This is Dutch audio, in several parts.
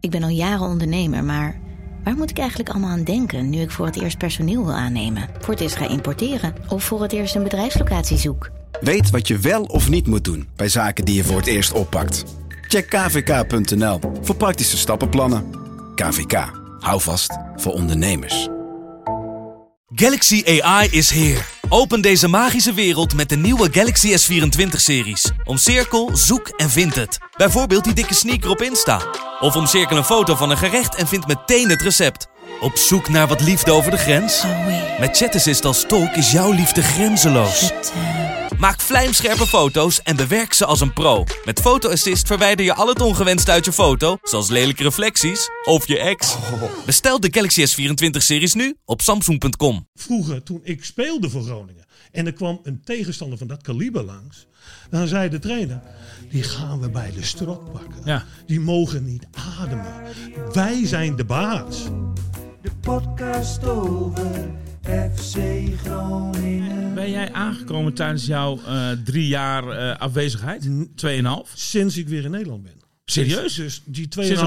Ik ben al jaren ondernemer, maar waar moet ik eigenlijk allemaal aan denken nu ik voor het eerst personeel wil aannemen, voor het eerst ga importeren of voor het eerst een bedrijfslocatie zoek? Weet wat je wel of niet moet doen bij zaken die je voor het eerst oppakt. Check kvk.nl voor praktische stappenplannen. KVK. Hou vast voor ondernemers. Galaxy AI is here. Open deze magische wereld met de nieuwe Galaxy S24-series. Omcirkel, zoek en vind het. Bijvoorbeeld die dikke sneaker op Insta. Of omcirkel een foto van een gerecht en vind meteen het recept. Op zoek naar wat liefde over de grens? Met ChatAssist als tolk is jouw liefde grenzeloos. Maak vlijmscherpe foto's en bewerk ze als een pro. Met Photo Assist verwijder je al het ongewenste uit je foto, zoals lelijke reflecties of je ex. Bestel de Galaxy S24-series nu op Samsung.com. Vroeger, toen ik speelde voor Groningen en er kwam een tegenstander van dat kaliber langs, dan zei de trainer, die gaan we bij de strot pakken. Ja. Die mogen niet ademen. Wij zijn de baas. De podcast over FC Groningen. Ben jij aangekomen tijdens jouw 3 jaar afwezigheid? 2,5? Sinds ik weer in Nederland ben. Serieus? Dus die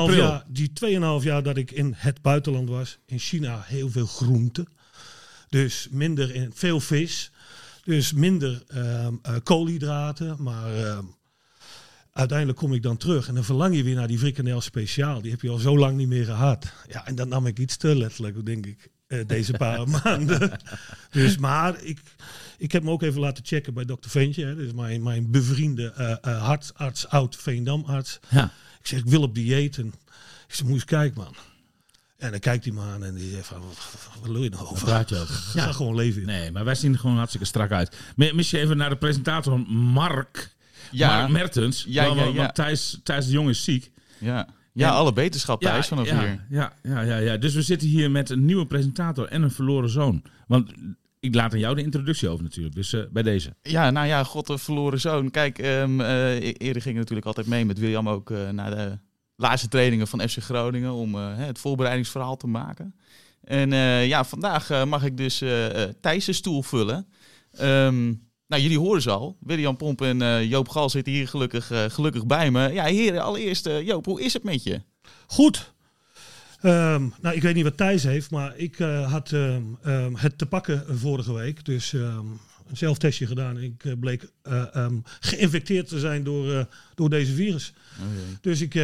2,5 jaar dat ik in het buitenland was, in China heel veel groente. Dus veel vis. Dus minder koolhydraten. Maar uiteindelijk kom ik dan terug. En dan verlang je weer naar die frikandel speciaal. Die heb je al zo lang niet meer gehad. Ja, en dan nam ik iets te letterlijk, denk ik. Deze paar maanden. Dus, maar ik heb me ook even laten checken bij dokter Ventje. Hè. Dus mijn bevriende hartarts, oud Veendamarts. Ja. Ik zeg, ik wil op dieet. En ik zeg, moet eens kijken, man. En dan kijkt hij me aan en die zegt van, wat wil je nou over? Praat je over? Ga gewoon leven in. Nee, maar wij zien er gewoon hartstikke strak uit. Mis je even naar de presentator Mark Mertens. Want Thijs de Jong is ziek. Ja, alle beterschap Thijs vanaf hier. Ja. Dus we zitten hier met een nieuwe presentator en een verloren zoon. Want ik laat aan jou de introductie over natuurlijk. Dus bij deze. Ja, nou ja, god, een verloren zoon. Kijk, eerder ging ik natuurlijk altijd mee met William ook naar de laatste trainingen van FC Groningen om het voorbereidingsverhaal te maken. En vandaag mag ik dus Thijs' stoel vullen. Nou, jullie horen ze al. William Pomp en Joop Gal zitten hier gelukkig bij me. Ja, heren, allereerst Joop, hoe is het met je? Goed. Nou, ik weet niet wat Thijs heeft, maar ik had het te pakken vorige week. Dus een zelftestje gedaan. Ik bleek geïnfecteerd te zijn door deze virus. Oh, jee. Dus ik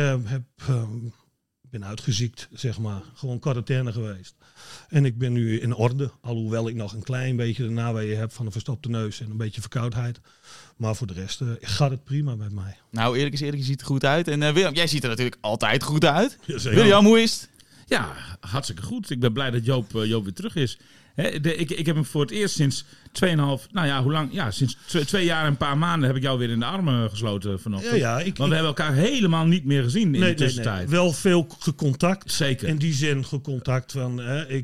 ben uitgeziekt, zeg maar. Gewoon quarantaine geweest. En ik ben nu in orde. Alhoewel ik nog een klein beetje de naweeën heb van een verstopte neus en een beetje verkoudheid. Maar voor de rest gaat het prima met mij. Nou, eerlijk is eerlijk, je ziet er goed uit. En William, jij ziet er natuurlijk altijd goed uit. Jazeker. William, hoe is het? Ja, hartstikke goed. Ik ben blij dat Joop weer terug is. Ik heb hem voor het eerst sinds 2,5... Nou ja, hoe lang? Ja, sinds 2 jaar en een paar maanden heb ik jou weer in de armen gesloten vanochtend. Want we hebben elkaar helemaal niet meer gezien in de tussentijd. Nee. Wel veel gecontact. Zeker. In die zin gecontact van...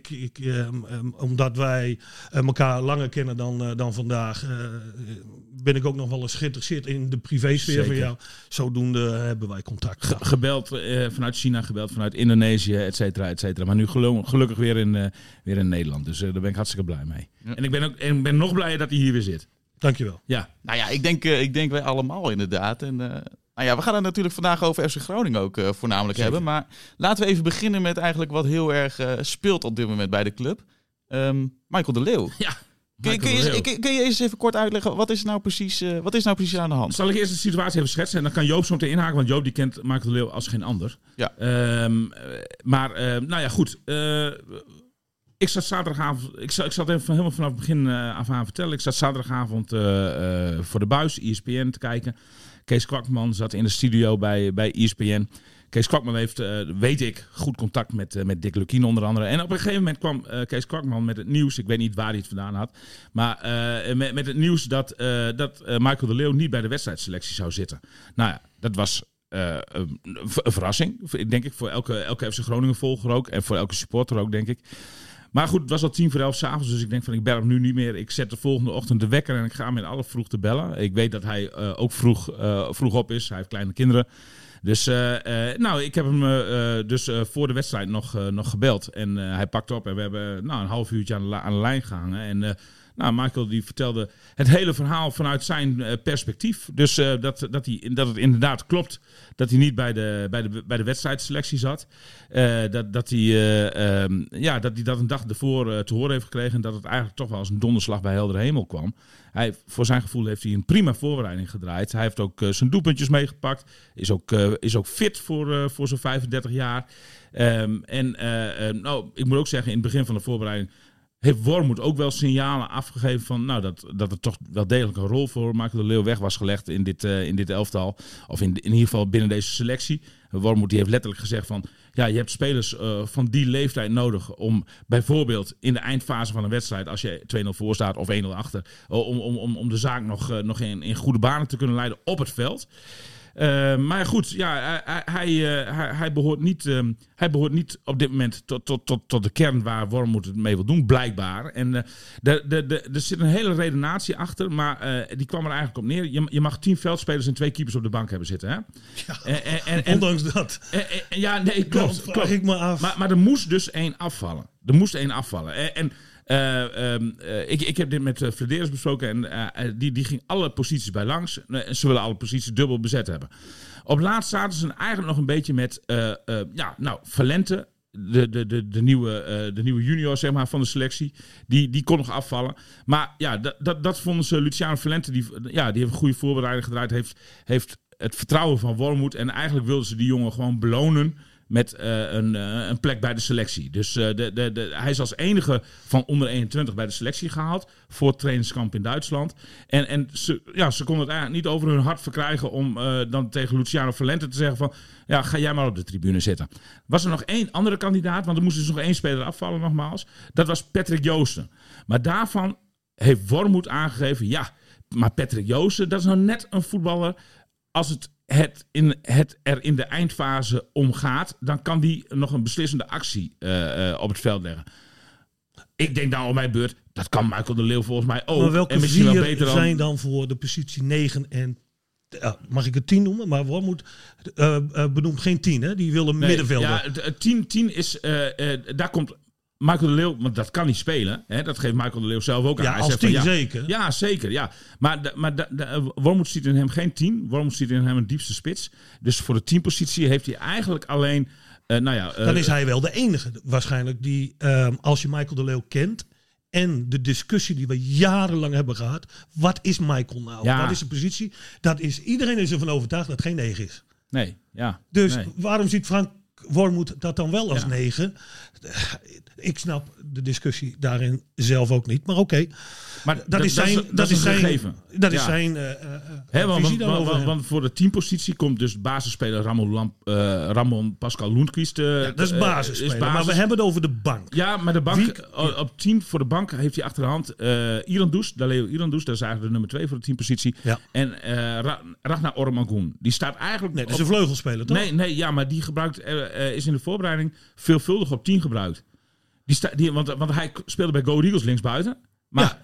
omdat wij elkaar langer kennen dan vandaag... ben ik ook nog wel eens geïnteresseerd in de privésfeer van jou. Zodoende hebben wij contact. Gebeld vanuit China, gebeld vanuit Indonesië, et cetera, et cetera. Maar nu gelukkig weer in Nederland. Dus daar ben ik hartstikke blij mee. Ja. En ik ben nog blijer dat hij hier weer zit. Dankjewel. Ja. Nou ja, ik denk wij allemaal inderdaad. En we gaan het natuurlijk vandaag over FC Groningen ook voornamelijk hebben. Maar laten we even beginnen met eigenlijk wat heel erg speelt op dit moment bij de club. Michael de Leeuw. Ja. Kun je eens even kort uitleggen, wat is nou precies aan de hand? Zal ik eerst de situatie even schetsen en dan kan Joop zo meteen inhaken, want Joop die kent Michael de Leeuw als geen ander. Ja. Nou ja, goed. Ik zat zaterdagavond, ik zat even helemaal vanaf het begin af aan vertellen. Ik zat zaterdagavond voor de buis, ESPN, te kijken. Kees Kwakman zat in de studio bij ESPN. Kees Kwakman heeft, weet ik, goed contact met Dick Lukien onder andere. En op een gegeven moment kwam Kees Kwakman met het nieuws. Ik weet niet waar hij het vandaan had. Maar met het nieuws dat Michael de Leeuw niet bij de wedstrijdselectie zou zitten. Nou ja, dat was een verrassing. Denk ik voor elke FC Groningen volger ook. En voor elke supporter ook, denk ik. Maar goed, het was al 10:45 s'avonds. Dus ik denk van, ik bel hem nu niet meer. Ik zet de volgende ochtend de wekker en ik ga hem in alle vroegte bellen. Ik weet dat hij ook vroeg op is. Hij heeft kleine kinderen. Dus ik heb hem voor de wedstrijd nog gebeld. En hij pakt op en we hebben een half uurtje aan de lijn gehangen. En Nou, Michael die vertelde het hele verhaal vanuit zijn perspectief. Dus dat het inderdaad klopt dat hij niet bij de wedstrijdselectie zat. Dat hij dat een dag ervoor te horen heeft gekregen. En dat het eigenlijk toch wel als een donderslag bij heldere hemel kwam. Voor zijn gevoel heeft hij een prima voorbereiding gedraaid. Hij heeft ook zijn doelpuntjes meegepakt. Is ook fit voor zo'n 35 jaar. Ik moet ook zeggen, in het begin van de voorbereiding heeft Wormoed ook wel signalen afgegeven van dat er toch wel degelijk een rol voor Michael de Leeuw weg was gelegd in dit elftal. Of in ieder geval binnen deze selectie. Wormoed die heeft letterlijk gezegd van je hebt spelers van die leeftijd nodig om bijvoorbeeld in de eindfase van een wedstrijd, als je 2-0 voor staat of 1-0 achter, om de zaak nog in goede banen te kunnen leiden op het veld. Maar goed, hij behoort niet op dit moment tot de kern waar Wormoed het mee wil doen, blijkbaar. En er zit een hele redenatie achter, maar die kwam er eigenlijk op neer. Je mag 10 veldspelers en 2 keepers op de bank hebben zitten, hè? Ja, ondanks dat. Klopt. Ik me af. Maar er moest dus 1 afvallen. Ik heb dit met Flederis besproken en die ging alle posities bij langs. Ze willen alle posities dubbel bezet hebben. Op laatst zaten ze eigenlijk nog een beetje met Valente, de nieuwe junior zeg maar, van de selectie. Die kon nog afvallen. Maar ja, dat vonden ze. Luciano Valente, die heeft een goede voorbereiding gedraaid. Heeft het vertrouwen van Wormoed. En eigenlijk wilden ze die jongen gewoon belonen met een plek bij de selectie. Dus hij is als enige van onder 21 bij de selectie gehaald voor het trainingskamp in Duitsland. En ze konden het eigenlijk niet over hun hart verkrijgen om dan tegen Luciano Valente te zeggen van ga jij maar op de tribune zitten. Was er nog 1 andere kandidaat, want er moest dus nog 1 speler afvallen nogmaals. Dat was Patrick Joosten. Maar daarvan heeft Wormoed aangegeven, maar Patrick Joosten, dat is nou net een voetballer als het er in de eindfase om gaat, dan kan die nog een beslissende actie op het veld leggen. Ik denk nou op mijn beurt, dat kan Michael de Leeuw volgens mij ook. Maar welke 4 zijn dan voor de positie 9 en mag ik het 10 noemen? Maar Wormoed benoemt geen 10, hè? Die wil een middenvelder. Ja, 10 is, daar komt Michael de Leeuw, want dat kan niet spelen. Hè? Dat geeft Michael de Leeuw zelf ook aan. Ja, hij als zegt 10 van, zeker. Ja, zeker. Ja. Maar Wormoed ziet in hem geen 10. Wormoed ziet in hem een diepste spits. Dus voor de 10-positie heeft hij eigenlijk alleen dan is hij wel de enige waarschijnlijk die, als je Michael de Leeuw kent en de discussie die we jarenlang hebben gehad, wat is Michael nou? Ja. Wat is de positie? Iedereen is ervan overtuigd dat het geen 9 is. Nee, ja. Dus waarom ziet Frank Wormoed dat dan wel als 9? Ik snap de discussie daarin zelf ook niet, maar oké. Maar dat is zijn gegeven. Dat is zijn visie dan over. Want voor de 10-positie komt dus basisspeler Ramon Pascal Lundqvist. Dat is basisspeler, maar we hebben het over de bank. Ja, maar de bank, op 10 voor de bank heeft hij achterhand Daleo Irandus, dat is eigenlijk de nummer 2 voor de 10-positie. Ja. En Ragnar Ormagun. Die staat eigenlijk... Nee, dat is een vleugelspeler, toch? Nee, maar die is in de voorbereiding veelvuldig op 10 gebruikt. Want hij speelde bij Go Ahead Eagles linksbuiten. Maar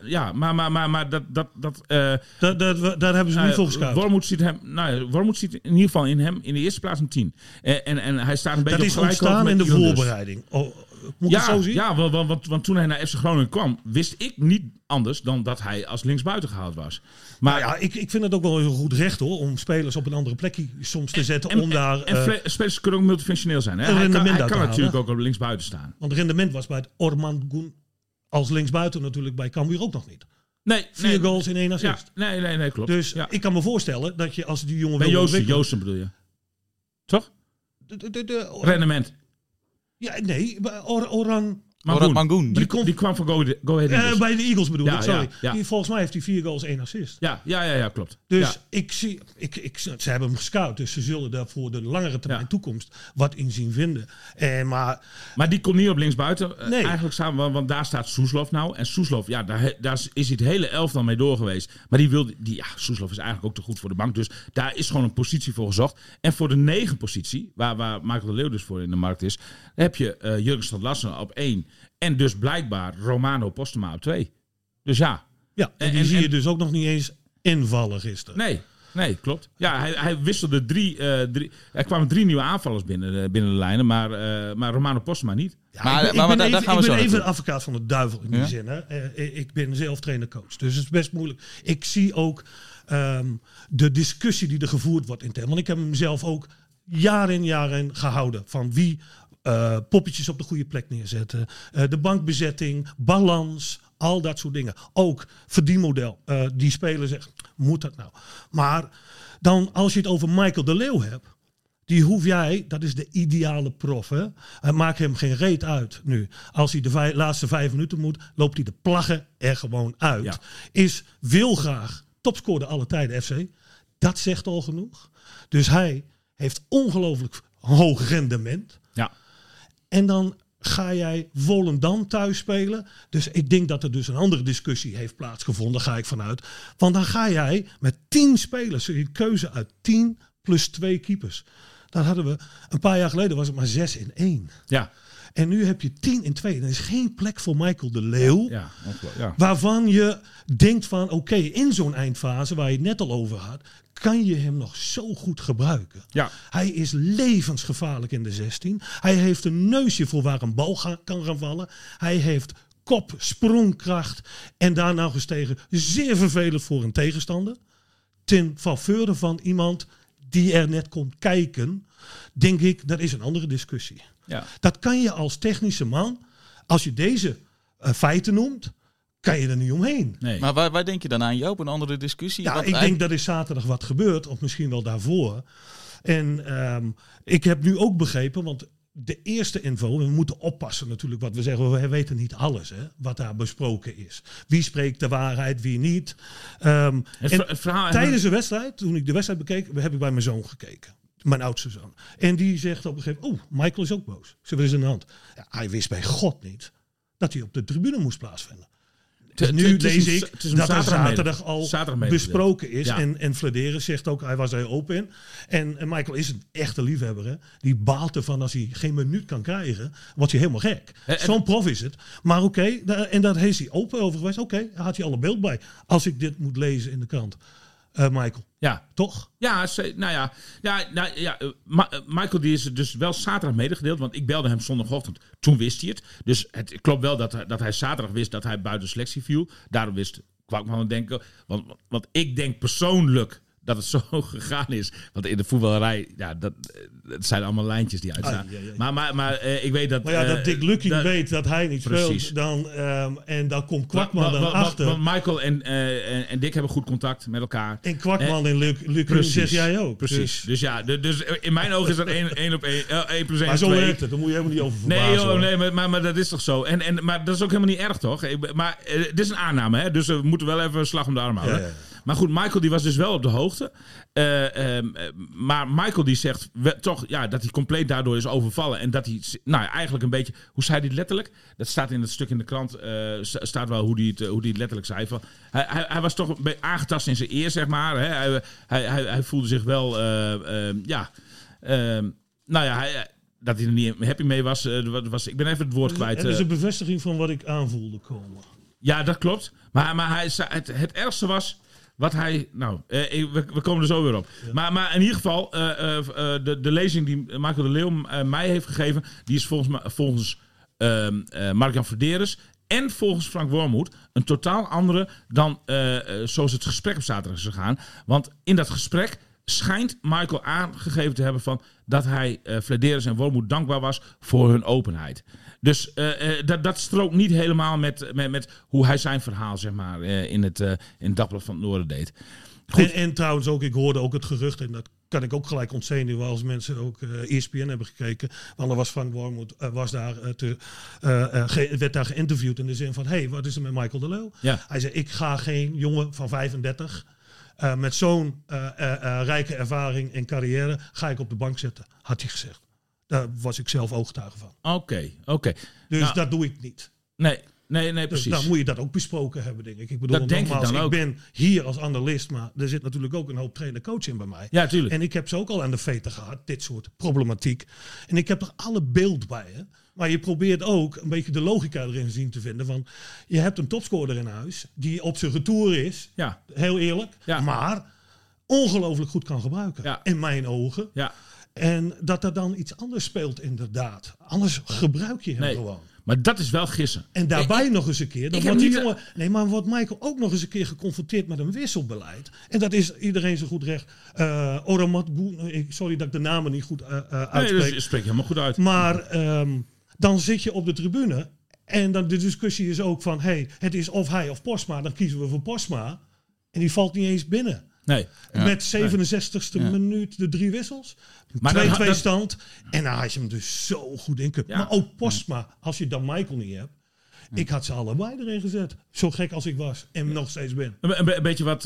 daar hebben ze niet voor gescout. Wormoed ziet in ieder geval in hem in de eerste plaats een 10. En hij staat een beetje dat op gelijk. Dat is ontstaan in de voorbereiding. Moet ik het zo zien? Ja, want toen hij naar FC Groningen kwam, wist ik niet anders dan dat hij als linksbuiten gehaald was. Maar ik vind het ook wel een goed recht hoor, om spelers op een andere plekje soms te zetten. Spelers kunnen ook multifunctioneel zijn. Hè? Hij kan natuurlijk ook op linksbuiten staan. Want het rendement was bij het Ormagun als linksbuiten natuurlijk bij Cambuur ook nog niet. 4 goals in 1 assist. Ja, nee, klopt. Dus ik kan me voorstellen dat je als die jongen bij wil Joosten bedoel je? Toch? Rendement. Ja, nee, Orhan Mangoen. Die kwam van Go Ahead Eagles. Bij de Eagles bedoel ik, sorry. Ja. Volgens mij heeft hij 4 goals, 1 assist. Ja, klopt. Dus ze hebben hem gescout. Dus ze zullen daar voor de langere termijn toekomst wat in zien vinden. Maar die komt niet op linksbuiten. Nee. Eigenlijk samen, want daar staat Soeslof nou. En Soeslof, daar is het hele elftal mee door geweest. Maar Soeslof is eigenlijk ook te goed voor de bank. Dus daar is gewoon een positie voor gezocht. En voor de 9-positie, waar Michael de Leeuw dus voor in de markt is, heb je Jurgen Stadlassen op 1. En dus blijkbaar Romano Postema op 2. Dus ja. Ja, en die zie je dus ook nog niet eens invallen gisteren. Nee. Nee, klopt. Ja, hij wisselde er kwamen 3 nieuwe aanvallers binnen de lijnen, maar Romano Postma niet. Ja, ik ben even de advocaat van de duivel in die zin. Hè. Ik ben zelf trainer-coach, dus het is best moeilijk. Ik zie ook de discussie die er gevoerd wordt intern. Want ik heb hem zelf ook jaar in jaar in gehouden. Van wie poppetjes op de goede plek neerzetten. De bankbezetting, balans, al dat soort dingen. Ook verdienmodel. Die speler zegt, moet dat nou? Maar dan als je het over Michael de Leeuw hebt. Die hoef jij, dat is de ideale prof. Hè? Maak hem geen reet uit nu. Als hij de laatste 5 minuten moet, loopt hij de plaggen er gewoon uit. Ja. Wil graag topscorer alle tijden FC. Dat zegt al genoeg. Dus hij heeft ongelooflijk hoog rendement. Ja. En dan ga jij Volendam thuis spelen. Dus ik denk dat er dus een andere discussie heeft plaatsgevonden. Ga ik vanuit. Want dan ga jij met 10 spelers. Een keuze uit 10 plus 2 keepers. Dat hadden we een paar jaar geleden, was het maar 6 in 1. Ja. En nu heb je 10 in 2. Er is geen plek voor Michael de Leeuw. Ja, ja. Waarvan je denkt van oké, in zo'n eindfase waar je het net al over had, kan je hem nog zo goed gebruiken. Ja. Hij is levensgevaarlijk in de 16. Hij heeft een neusje voor waar een bal kan gaan vallen. Hij heeft kop, sprongkracht en daarna gestegen zeer vervelend voor een tegenstander. Ten faveur van iemand die er net komt kijken, denk ik, dat is een andere discussie. Ja. Dat kan je als technische man, als je deze feiten noemt, kan je er niet omheen. Nee. Maar waar denk je dan aan, Joop? Een andere discussie? Ja, ik denk dat is zaterdag wat gebeurt, of misschien wel daarvoor. En ik heb nu ook begrepen, want de eerste info, we moeten oppassen natuurlijk wat we zeggen, we weten niet alles, hè, wat daar besproken is. Wie spreekt de waarheid, wie niet. Tijdens de wedstrijd, toen ik de wedstrijd bekeek, heb ik bij mijn zoon gekeken. Mijn oudste zoon. En die zegt op een gegeven moment, Michael is ook boos. Ik zeg, wat is er aan de hand? Ja, hij wist bij God niet dat hij op de tribune moest plaatsvinden. Dus nu lees ik dat er zaterdag al besproken is. Ja. En Vladeris zegt ook, hij was er open in. En Michael is een echte liefhebber. Hè? Die baalt ervan als hij geen minuut kan krijgen. Wordt hij helemaal gek. Zo'n prof is het. Maar oké, en daar heeft hij open over geweest. Oké, daar had hij al een beeld bij. Als ik dit moet lezen in de krant. Michael. Ja. Toch? Ja, Michael die is dus wel zaterdag medegedeeld. Want ik belde hem zondagochtend. Toen wist hij het. Dus het klopt wel dat hij zaterdag wist dat hij buiten selectie viel. Daarom wist Kwakman denken. Want ik denk persoonlijk dat het zo gegaan is. Want in de voetballerij, ja, dat zijn allemaal lijntjes die uitstaan. Maar ik weet dat... Maar ja, dat Dick Lucky weet dat hij niet speelt, dan, en dan komt Kwakman dan achter. Want Michael en Dick hebben goed contact met elkaar. En Kwakman en Lucky zeg jij ook. Precies. Dus in mijn ogen is dat 1 op 1 plus 1 maar zo werkt het, daar moet je helemaal niet over verbazen. Nee, maar dat is toch zo. Maar dat is ook helemaal niet erg, toch? Maar dit is een aanname, hè? Dus we moeten wel even een slag om de arm houden. Ja. Maar goed, Michael die was dus wel op de hoogte. Maar Michael die zegt toch dat hij compleet daardoor is overvallen. En dat hij eigenlijk een beetje... Hoe zei hij het letterlijk? Dat staat in het stuk in de krant. Staat wel hoe hij het letterlijk zei. Van, hij was toch een beetje aangetast in zijn eer, zeg maar. Hè? Hij voelde zich wel... dat hij er niet happy mee was. Ik ben even het woord kwijt. Dat is een bevestiging van wat ik aanvoelde komen. Ja, dat klopt. Maar hij zei, het ergste was... Wat hij... we komen er zo weer op. Ja. Maar in ieder geval... de lezing die Michael de Leeuw mij heeft gegeven... die is volgens Mark-Jan Vladeris... en volgens Frank Wormoed... een totaal andere dan zoals het gesprek op zaterdag is gegaan. Want in dat gesprek... schijnt Michael aangegeven te hebben van... dat hij Vladeris en Wormoed dankbaar was... voor hun openheid. Dus dat strookt niet helemaal met hoe hij zijn verhaal, zeg maar, in het Dagblad van het Noorden deed. En trouwens ook, ik hoorde ook het gerucht, en dat kan ik ook gelijk ontzenuwen als mensen ook ESPN hebben gekeken. Want er was Frank Wormoed werd daar geïnterviewd in de zin van, hey, wat is er met Michael de Leeuw? Ja. Hij zei, ik ga geen jongen van 35... met zo'n rijke ervaring en carrière ga ik op de bank zetten, had hij gezegd. Daar was ik zelf ooggetuige van. Oké. Dus dat doe ik niet. Nee, precies. Dus dan moet je dat ook besproken hebben, denk ik. Ik bedoel, dat denk ik dan ook. Ik ben hier als analist, maar er zit natuurlijk ook een hoop trainer-coach in bij mij. Ja, tuurlijk. En ik heb ze ook al aan de veten gehad, dit soort problematiek. En ik heb er alle beeld bij, hè. Maar je probeert ook een beetje de logica erin zien te vinden. Van, je hebt een topscorer in huis die op zijn retour is. Ja. Heel eerlijk. Ja. Maar ongelooflijk goed kan gebruiken. Ja. In mijn ogen. Ja. En dat er dan iets anders speelt inderdaad. Anders gebruik je hem gewoon. Maar dat is wel gissen. En daarbij nog eens een keer. Dan ik wordt heb die niet jongen, nee, maar wordt Michael ook nog eens een keer geconfronteerd met een wisselbeleid. En dat is iedereen zo goed recht. Sorry dat ik de namen niet goed uitspreek. Nee, dat spreek je helemaal goed uit. Maar dan zit je op de tribune. En dan de discussie is ook van, het is of hij of Postma. Dan kiezen we voor Postma. En die valt niet eens binnen. Nee. Met 67e minuut de 3 wissels. 2-2 stand. En dan had je hem dus zo goed in kunnen. Maar ook Postma, als je dan Michael niet hebt. Ik had ze allebei erin gezet. Zo gek als ik was. En nog steeds ben. Een beetje wat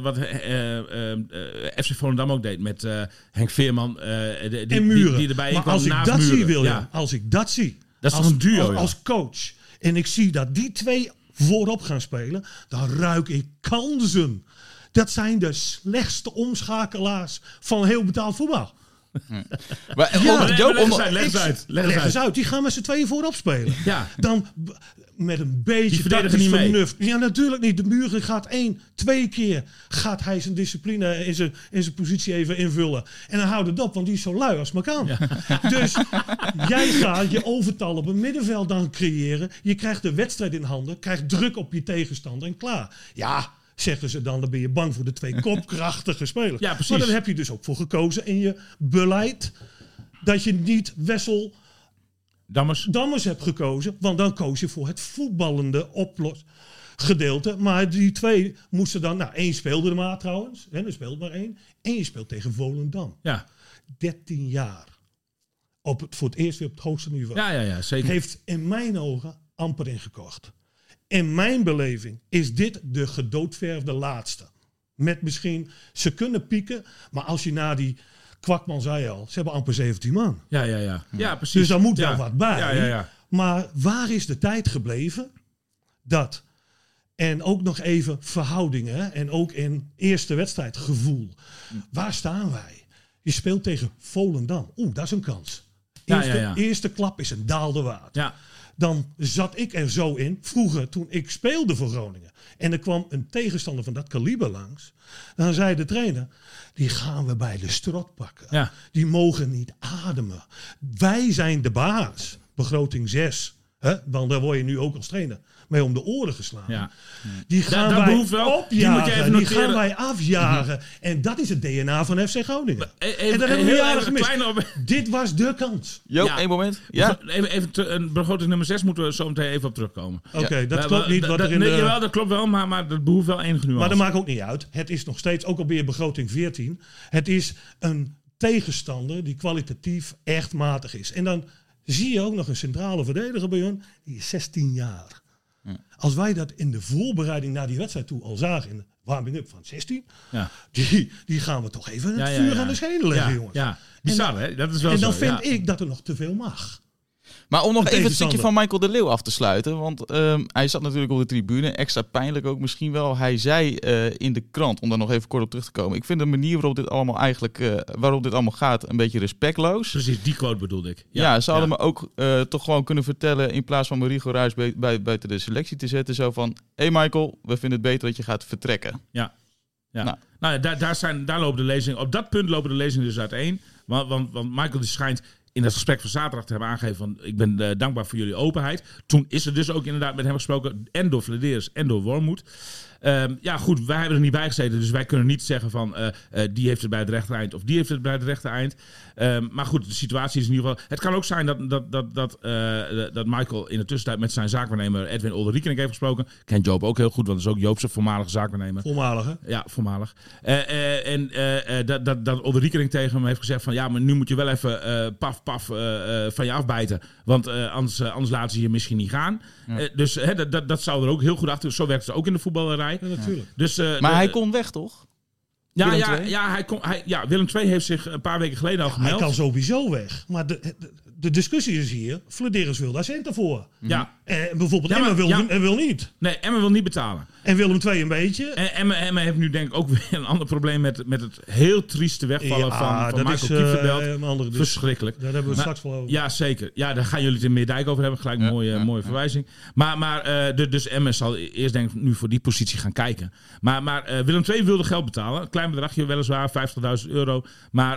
FC Volendam ook deed met Henk Veerman. En Muren. Die erbij maar kwam als ik naast dat Muren. zie, William. Als ik dat zie. Dat is toch een duo, als coach. En ik zie dat die 2 voorop gaan spelen. Dan ruik ik kansen. Dat zijn de slechtste omschakelaars van heel betaald voetbal. Leg eens uit. Die gaan met z'n tweeën voorop spelen. Ja. Dan met een beetje tactisch vernuft. Ja, natuurlijk niet. De Muren gaat 2 keer gaat hij zijn discipline in zijn positie even invullen. En dan houdt het op, want die is zo lui als maar kan. Ja. Dus jij gaat je overtal op een middenveld dan creëren. Je krijgt de wedstrijd in handen. Krijgt druk op je tegenstander en klaar. Ja, zeggen ze dan ben je bang voor de 2 kopkrachtige spelers. Ja, precies. Maar dan heb je dus ook voor gekozen in je beleid dat je niet Wessel Dammers hebt gekozen. Want dan koos je voor het voetballende gedeelte. Maar die 2 moesten dan... 1 speelde er maar trouwens. En er speelt maar 1. En je speelt tegen Volendam. Ja. 13 jaar. Voor het eerst weer op het hoogste niveau. Ja, zeker. Heeft in mijn ogen amper ingekocht. In mijn beleving is dit de gedoodverfde laatste. Met misschien, ze kunnen pieken, maar als je naar die Kwakman zei al, ze hebben amper 17 man. Ja, precies. Dus daar moet wel wat bij. Ja. Maar waar is de tijd gebleven dat, en ook nog even verhoudingen, en ook in eerste wedstrijd gevoel. Waar staan wij? Je speelt tegen Volendam. Dat is een kans. Eerste klap is een daalde waard. Ja. Dan zat ik er zo in, vroeger toen ik speelde voor Groningen. En er kwam een tegenstander van dat kaliber langs. Dan zei de trainer, die gaan we bij de strot pakken. Ja. Die mogen niet ademen. Wij zijn de baas. Begroting 6. Want daar word je nu ook als trainer mee om de oren geslagen. Ja. Die gaan wij opjagen. Die gaan wij afjagen. En dat is het DNA van FC Groningen. En dat hebben we jaren gemist. Dit was de kans. Één moment. Ja? Even een begroting nummer 6 moeten we zo meteen even op terugkomen. Oké, dat klopt niet. Jawel, dat klopt wel, maar dat behoeft wel enige nuance. Maar dat maakt ook niet uit. Het is nog steeds, ook al weer begroting 14. Het is een tegenstander die kwalitatief echt matig is. En dan zie je ook nog een centrale verdediger bij hun. Die is 16 jaar. Als wij dat in de voorbereiding naar die wedstrijd toe al zagen, in de warming-up van 16, die gaan we toch even het vuur aan de schenen leggen, jongens. Ja, bizar, hè? Dat is wel en dan zo, vind ik dat er nog te veel mag. Maar om nog even het stukje van Michael de Leeuw af te sluiten. Want hij zat natuurlijk op de tribune. Extra pijnlijk ook misschien wel. Hij zei in de krant, om daar nog even kort op terug te komen. Ik vind de manier waarop dit allemaal waarop dit allemaal gaat een beetje respectloos. Precies, die quote bedoelde ik. Ja, ze hadden me ook toch gewoon kunnen vertellen, in plaats van me rigoureus buiten de selectie te zetten. Zo van, Michael, we vinden het beter dat je gaat vertrekken. Ja. Nou, daar lopen de lezingen. Op dat punt lopen de lezingen dus uiteen. Want Michael die schijnt in dat gesprek van zaterdag te hebben aangegeven van ik ben dankbaar voor jullie openheid. Toen is er dus ook inderdaad met hem gesproken en door Vladeris en door Wormoed. Goed, wij hebben er niet bij gezeten, dus wij kunnen niet zeggen van die heeft het bij het rechte eind of die heeft het bij het rechte eind. Maar goed, de situatie is in ieder geval... Het kan ook zijn dat Michael in de tussentijd met zijn zaakwaarnemer Edwin Olderiekening heeft gesproken. Kent Joop ook heel goed, want dat is ook Joop zijn voormalige zaakwaarnemer. Voormalige? Ja, voormalig. Dat Olderiekening tegen hem heeft gezegd van ja, maar nu moet je wel even paf van je afbijten. Want anders laten ze je misschien niet gaan. Ja. Dus dat zou er ook heel goed achter... Zo werkt het ook in de voetballerij. Ja, natuurlijk. Dus, maar hij kon weg, toch? Willem II heeft zich een paar weken geleden al gemeld. Hij kan sowieso weg. Maar de discussie is hier, Flederis wil daar centen voor. Ja. En bijvoorbeeld Emmen wil niet. Nee, Emmen wil niet betalen. En Willem II een beetje. En Emmen heeft nu denk ik ook weer een ander probleem met het heel trieste wegvallen van Michael Kieftenbelt. Verschrikkelijk. Daar hebben we straks wel over. Ja, zeker. Ja, daar gaan jullie het in Meerdijk over hebben. Gelijk een mooie verwijzing. Maar dus Emmen zal eerst denk ik nu voor die positie gaan kijken. Maar Willem II wilde geld betalen. Een klein bedragje, weliswaar, €50.000. Maar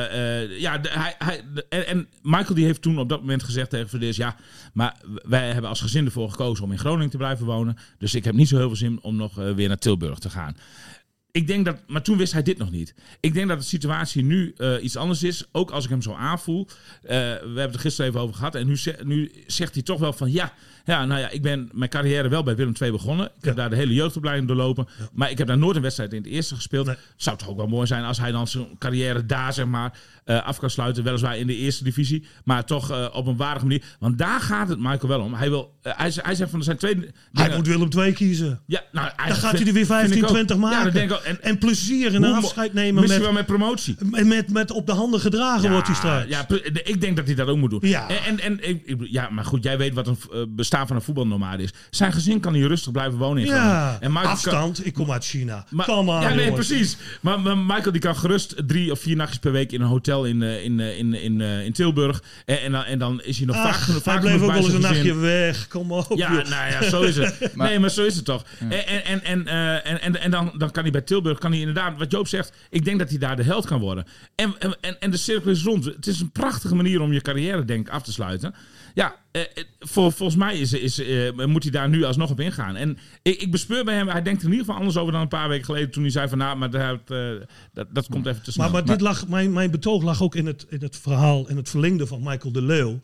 en Michael die heeft toen op dat moment gezegd tegen Flederis, ja, maar wij hebben als gezin ervoor gekozen om in Groningen te blijven wonen. Dus ik heb niet zo heel veel zin om nog weer naar Tilburg te gaan. Ik denk dat, maar toen wist hij dit nog niet. Ik denk dat de situatie nu iets anders is. Ook als ik hem zo aanvoel. We hebben het er gisteren even over gehad. En nu zegt hij toch wel van ik ben mijn carrière wel bij Willem II begonnen. Ik heb daar de hele jeugdopleiding doorlopen. Ja. Maar ik heb daar nooit een wedstrijd in het eerste gespeeld. Nee. Het zou toch ook wel mooi zijn als hij dan zijn carrière daar zeg maar af kan sluiten. Weliswaar in de eerste divisie. Maar toch op een waardige manier. Want daar gaat het Michael wel om. Hij zegt van er zijn twee dingen. Hij moet Willem II kiezen. Ja, nou, dan gaat hij er weer 15, 20 maken. Ja, dat denk ik ook. En plezier en een afscheid nemen. Misschien wel met promotie. Met op de handen gedragen wordt hij straks. Ja, ik denk dat hij dat ook moet doen. Ja. Maar goed, jij weet wat een bestaan van een voetbalnomade is. Zijn gezin kan hier rustig blijven wonen in Groningen. Ja, en afstand. Ik kom uit China. Kom aan, ja, nee, precies. Maar Michael die kan gerust 3 of 4 nachtjes per week in een hotel in Tilburg. En dan is hij nog vaak hij bleef ook wel eens een nachtje weg. Kom op. Ja, nou ja, zo is het. Nee, maar zo is het toch. Ja. En dan kan hij bij Tilburg, kan hij inderdaad, wat Joop zegt, ik denk dat hij daar de held kan worden. En de cirkel is rond. Het is een prachtige manier om je carrière, denk ik, af te sluiten. Ja, volgens mij moet hij daar nu alsnog op ingaan. En ik bespeur bij hem, hij denkt er in ieder geval anders over dan een paar weken geleden toen hij zei van maar dat komt even te snel. Maar dit lag, mijn betoog lag ook in het verhaal, in het verlengde van Michael de Leeuw.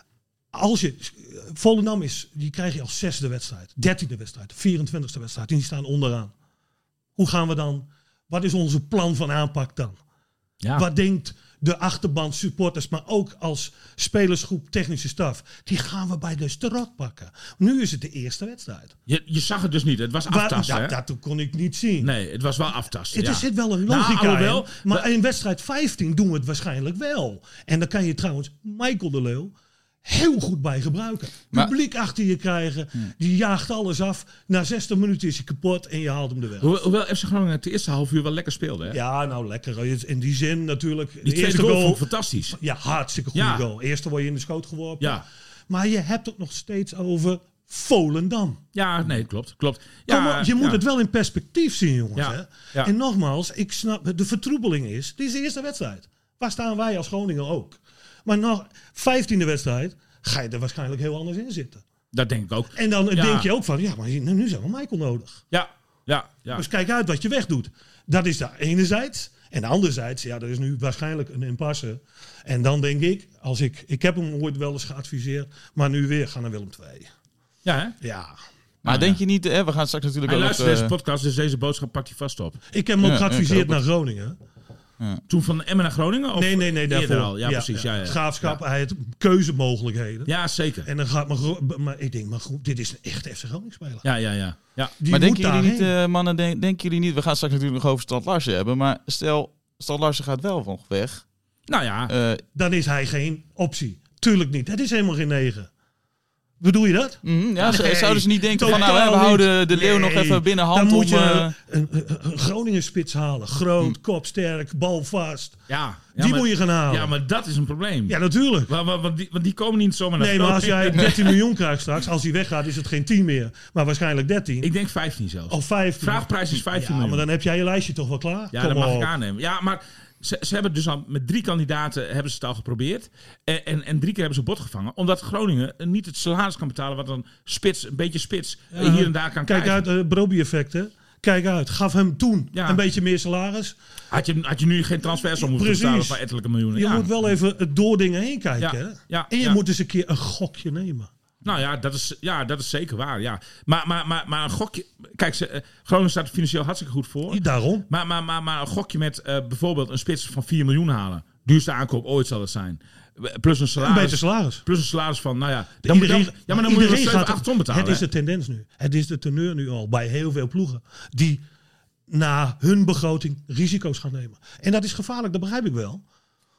Als je, Volendam die krijg je als 6e wedstrijd, 13e wedstrijd, 24e wedstrijd en die staan onderaan. Hoe gaan we dan, wat is onze plan van aanpak dan? Ja. Wat denkt de achterban supporters, maar ook als spelersgroep, technische staf, die gaan we bij de strot pakken. Nu is het de eerste wedstrijd. Je zag het dus niet, het was aftasten. Dat kon ik niet zien. Nee, het was wel aftasten. Er zit wel een logica in, maar in wedstrijd 15 doen we het waarschijnlijk wel. En dan kan je trouwens Michael de Leeuw heel goed bij gebruiken. Publiek achter je krijgen, die jaagt alles af. Na 60 minuten is hij kapot en je haalt hem er weg. Hoewel FC Groningen het eerste half uur wel lekker speelde. Hè? Ja, nou lekker. In die zin natuurlijk. Die tweede goal vond ik fantastisch. Ja, hartstikke goede goal. Eerste word je in de schoot geworpen. Ja. Maar je hebt het nog steeds over Volendam. Ja, nee, klopt. Ja, je moet het wel in perspectief zien, jongens. Ja. Hè? Ja. En nogmaals, ik snap, de vertroebeling is, dit is de eerste wedstrijd. Waar staan wij als Groningen ook? Maar nog 15e wedstrijd ga je er waarschijnlijk heel anders in zitten. Dat denk ik ook. En dan denk je ook van, maar nu zijn we Michael nodig. Ja. Dus kijk uit wat je wegdoet. Dat is de enerzijds. En anderzijds, dat is nu waarschijnlijk een impasse. En dan denk ik, ik heb hem ooit wel eens geadviseerd, maar nu weer gaan naar Willem II. Ja, hè? Ja. Maar denk je niet, we gaan straks natuurlijk hij luistert deze podcast, dus deze boodschap pakt hij vast op. Ik heb hem ook geadviseerd naar Groningen. Ja. Toen van Emmen naar Groningen? Of nee, daarvoor. Al? Ja, precies. Ja. Graafschap, hij heeft keuzemogelijkheden. Ja, zeker. En dan gaat maar ik denk, dit is een echte FC Groningen speler. Ja. Maar denken jullie niet, mannen, denken jullie niet, we gaan straks natuurlijk nog over Stad Larsen hebben, maar stel, Stad Larsen gaat wel van weg. Nou ja. Dan is hij geen optie. Tuurlijk niet. Het is helemaal geen 9. Bedoel je dat? Zouden ze niet denken van, we houden de Leeuw nog even binnen hand. Dan moet je een Groningen spits halen. Groot, kopsterk, balvast. Die moet je gaan halen. Ja, maar dat is een probleem. Ja, natuurlijk. Want die komen niet zomaar naar maar als jij 13 miljoen krijgt straks, als hij weggaat, is het geen 10 meer. Maar waarschijnlijk 13. Ik denk 15 zelfs. Of 15. Vraagprijs is 15 miljoen. Maar dan heb jij je lijstje toch wel klaar? Ja, dat mag ik aannemen. Ja, maar ze hebben dus al met 3 kandidaten hebben ze het al geprobeerd. En 3 keer hebben ze bot gevangen. Omdat Groningen niet het salaris kan betalen wat een beetje spits hier en daar kan krijgen. Kijk uit, Broby-effecten. Kijk uit. Gaf hem toen een beetje meer salaris. Had je nu geen transfersom moeten betalen van ettelijke miljoenen. Je moet wel even door dingen heen kijken. En je moet eens een keer een gokje nemen. Nou ja, dat is zeker waar. Ja. Maar een gokje. Kijk, Groningen staat er financieel hartstikke goed voor. Daarom. Maar een gokje met bijvoorbeeld een spits van 4 miljoen halen. Duurste aankoop ooit zal het zijn. Plus een salaris. Een beter salaris. Plus een salaris van, maar dan moet je 7, 8 ton betalen. Het is de tendens nu. Het is de teneur nu al bij heel veel ploegen. Die na hun begroting risico's gaan nemen. En dat is gevaarlijk, dat begrijp ik wel.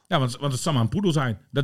Ja, want het zal maar een poedel zijn. Dat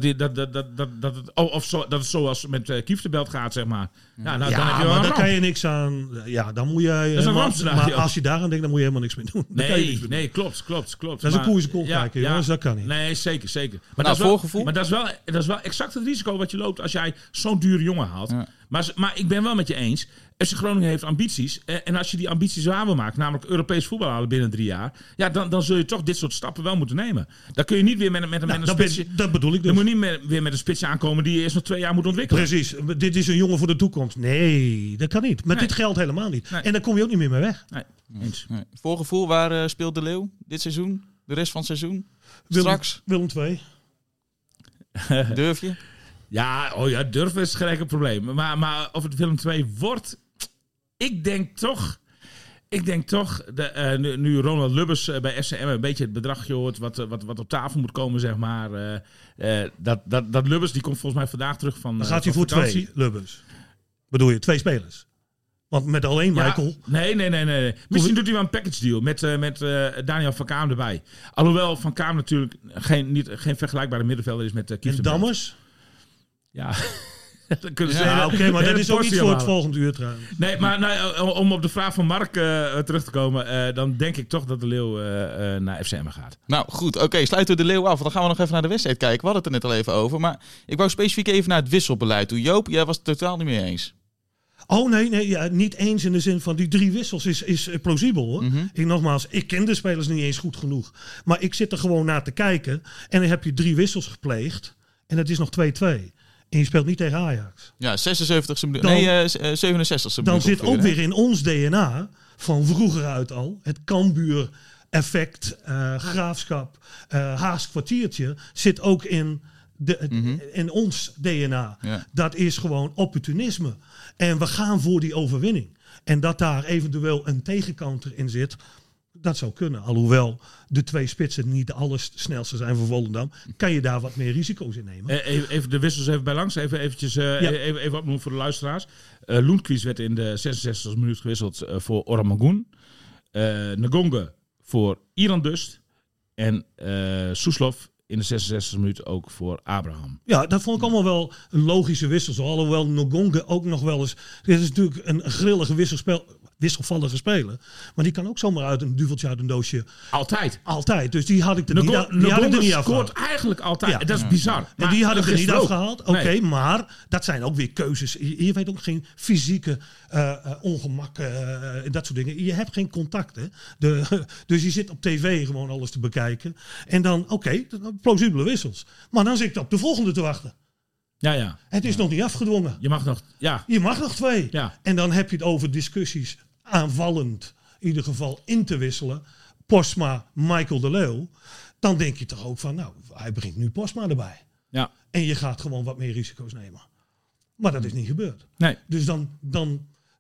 het zoals met Kieftenbelt gaat, zeg maar. Ja, nou, dan heb je wel maar een daar ramp. kan je niks aan. Ja, dan moet je. is een maar rampscenario. als je daaraan denkt, dan moet je helemaal niks meer doen. Dan kan je niks meer doen. Nee, klopt. Dat is een koers kijken, jongens. Dat kan niet. Nee, zeker. Maar, Nou, voorgevoel? maar dat is wel exact het risico wat je loopt als jij zo'n dure jongen haalt. Ja. Maar ik ben wel met je eens. FC Groningen heeft ambities. En als je die ambities waar wil maken, namelijk Europees voetbal halen binnen 3 jaar. Ja, dan zul je toch dit soort stappen wel moeten nemen. Dan kun je niet weer met een spitsje. Dat bedoel ik dus. Dan moet je niet weer met een spitsje aankomen die je eerst nog 2 jaar moet ontwikkelen. Precies. Dit is een jongen voor de toekomst. Nee, dat kan niet. Maar Nee. dit geldt helemaal niet. Nee. En daar kom je ook niet meer mee weg. Nee, eens. Nee. Voorgevoel, waar speelt de Leeuw dit seizoen? De rest van het seizoen? Straks? Willem 2. Durf je? Ja, durven is gelijk een probleem. Maar of het Willem II wordt... Ik denk toch, nu Ronald Lubbers bij SCM een beetje het bedragje hoort wat op tafel moet komen, zeg maar. Dat Lubbers, die komt volgens mij vandaag terug van Dan gaat hij van voor vakantie. 2 Lubbers. Bedoel je, 2 spelers? Want met alleen Michael... Nee. Misschien doet hij wel een package deal met Daniel van Kaam erbij. Alhoewel Van Kaam natuurlijk geen vergelijkbare middenvelder is met En Kieftenbelt. Dammers? Ja, dat kunnen ze Ja, oké, maar dat is ook niet voor het volgende. volgende uur trouwens. Nee, maar om op de vraag van Mark terug te komen, dan denk ik toch dat de Leeuw naar FCM gaat. Nou goed, oké, sluiten we de Leeuw af. Want dan gaan we nog even naar de wedstrijd kijken. We hadden het er net al even over. Maar ik wou specifiek even naar het wisselbeleid toe. Joop, jij was het totaal niet mee eens. Oh nee, ja, niet eens in de zin van die 3 wissels is plausibel hoor. Nogmaals, ik ken de spelers niet eens goed genoeg. Maar ik zit er gewoon naar te kijken. En dan heb je 3 wissels gepleegd. En het is nog 2-2. En je speelt niet tegen Ajax. Ja, 76e minuut. Dan- Nee, 67e minuut. Dan zit ongeveer, ook hè? weer in ons DNA van vroeger uit al het Cambuur effect, Graafschap, Haas kwartiertje zit ook in ons DNA. Ja. Dat is gewoon opportunisme. En we gaan voor die overwinning. En dat daar eventueel een tegenkanter in zit, dat zou kunnen. Alhoewel de 2 spitsen niet de allersnelste zijn voor Volendam, kan je daar wat meer risico's in nemen. Even de wissels even bij langs. Even opnoemen voor de luisteraars. Lundqvist werd in de 66e minuut gewisseld voor Oramagoen. Ngonge voor Iran Dust. En Soeslof in de 66e minuut ook voor Abraham. Ja, dat vond ik allemaal wel een logische wissel. Alhoewel Ngonge ook nog wel eens... Dit is natuurlijk een grillige wisselvallige speler. Maar die kan ook zomaar uit een duveltje uit een doosje. Altijd. Dus die had ik er niet Ngonge scoort afgehaald. eigenlijk altijd. Ja. Dat is bizar. En die had ik er niet gisteren ook. afgehaald. Oké, maar dat zijn ook weer keuzes. Je weet ook geen fysieke ongemak en dat soort dingen. Je hebt geen contact. Hè? Dus je zit op tv gewoon alles te bekijken. En dan, plausibele wissels. Maar dan zit ik op de volgende te wachten. Ja. Het is nog niet afgedwongen. Je mag nog... Ja. Je mag nog 2. Ja. En dan heb je het over discussies aanvallend in ieder geval in te wisselen. Postma, Michael de Leeuw. Dan denk je toch ook van, nou, hij brengt nu Postma erbij. Ja. En je gaat gewoon wat meer risico's nemen. Maar dat is niet gebeurd. Nee. Dus dan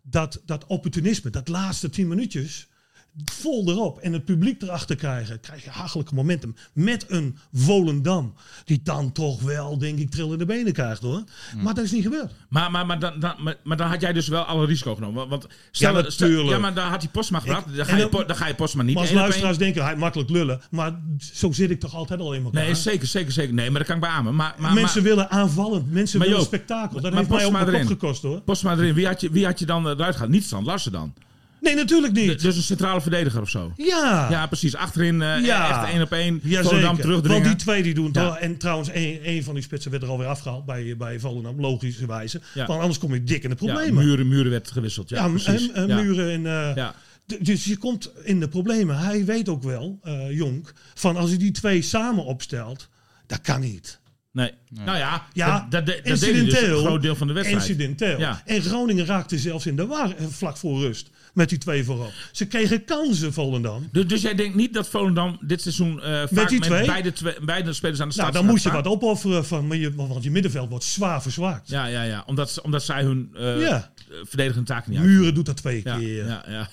dat opportunisme, dat laatste 10 minuutjes, vol erop en het publiek erachter krijg je hachelijke momentum. Met een Volendam, die dan toch wel, denk ik, trillende benen krijgt hoor. Maar dat is niet gebeurd. Maar dan had jij dus wel alle risico genomen. Want Ja, natuurlijk. Ja, maar dan had hij Postma gehad. Dan ga je Postma niet Maar als één op één. luisteraars denken, hij makkelijk lullen. Maar zo zit ik toch altijd al in elkaar. Nee, zeker. Nee, maar dat kan ik beamen. Maar Mensen willen aanvallend. Mensen Maar willen Joop, spektakel. Dat maar heeft mij ook Postma mijn kop erin. gekost hoor. Postma erin. Wie had je dan eruit gehaald? Niet Strand Larsen dan? Nee, natuurlijk niet. Dus een centrale verdediger of zo? Ja. Ja, precies. Achterin echt 1 op 1. Volendam Jazeker. terugdringen. Want die 2 die doen het Ja. wel. En trouwens, een van die spitsen werd er alweer afgehaald bij Volendam. Logischerwijze. Ja. Want anders kom je dik in de Ja, problemen. Muren werd gewisseld. Ja, Ja, precies. Ja. Muren en... Ja. Dus je komt in de problemen. Hij weet ook wel, Jonk, van als hij die 2 samen opstelt, dat kan niet. Nee. Nou ja, Ja, dat deed hij dus een groot deel van de wedstrijd. Incidenteel. Ja. En Groningen raakte zelfs in de war vlak voor rust. Met die 2 voorop. Ze kregen kansen, Volendam. Dus jij denkt niet dat Volendam dit seizoen vaak die met twee? beide spelers aan de start Nou, dan moet je staan? wat opofferen van, want je middenveld wordt zwaar verzwakt. Ja. Omdat zij hun verdedigende taken niet Muren doet dat 2 keer. Ja.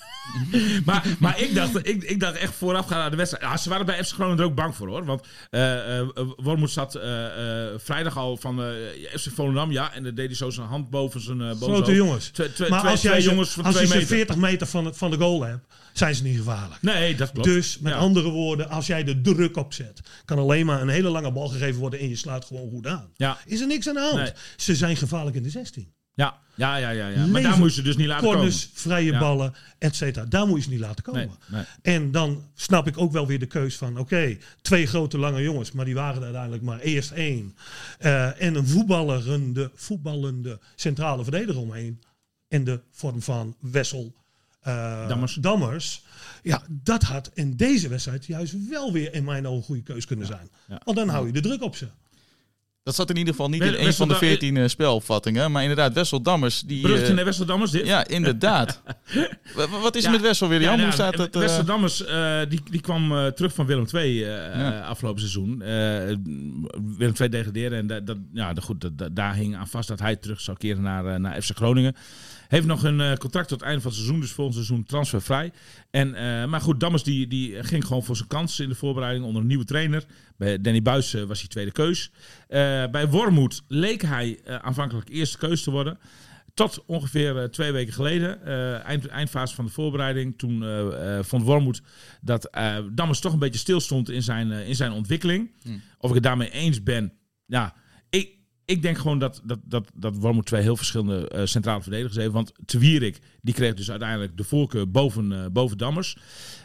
maar ik dacht echt voorafgaand aan de wedstrijd. Ja, ze waren bij FC Groningen er ook bang voor hoor. Want Wormoed zat vrijdag al van FC Volendam. Ja, en dan deed hij zo zijn hand boven zijn Grote jongens. Maar als jij jongens van als 2 je ze meter. 40 meter meter van de goal hebt, zijn ze niet gevaarlijk. Nee, dat klopt. Dus met andere woorden, als jij de druk opzet, kan alleen maar een hele lange bal gegeven worden en je slaat gewoon goed aan. Ja. Is er niks aan de hand. Nee. Ze zijn gevaarlijk in de 16. Ja. Maar daar moet je ze dus niet laten corners, komen. vrije ballen, et cetera. Daar moet je ze niet laten komen. Nee. En dan snap ik ook wel weer de keus van... Oké, 2 grote lange jongens, maar die waren er uiteindelijk maar eerst 1. En een voetballende centrale verdediger omheen. In de vorm van Wessel Dammers. Ja, dat had in deze wedstrijd juist wel weer in mijn ogen een goede keus kunnen zijn. Ja. Want dan hou je de druk op ze. Dat zat in ieder geval niet in een van de 14 spelopvattingen. Maar inderdaad, Wessel Dammers... Bruggetje naar Wessel Dammers dit? Ja, inderdaad. Wat is er met Wessel, William? Hoe staat het? Wessel Dammers die kwam terug van Willem II afgelopen seizoen. Willem II degradeerde. En daar hing aan vast dat hij terug zou keren naar FC Groningen. Heeft nog een contract tot het einde van het seizoen. Dus volgend seizoen transfervrij. Maar goed, Dammers die ging gewoon voor zijn kans in de voorbereiding onder een nieuwe trainer. Bij Danny Buijs was hij tweede keus. Bij Wormoed leek hij aanvankelijk eerste keus te worden. Tot ongeveer 2 weken geleden, eindfase van de voorbereiding. Toen vond Wormoed dat Dammers toch een beetje stil stond in zijn ontwikkeling. Of ik het daarmee eens ben, ja... Ik denk gewoon dat Wormoed 2 heel verschillende centrale verdedigers heeft. Want Te Wierik die kreeg dus uiteindelijk de voorkeur boven Dammers.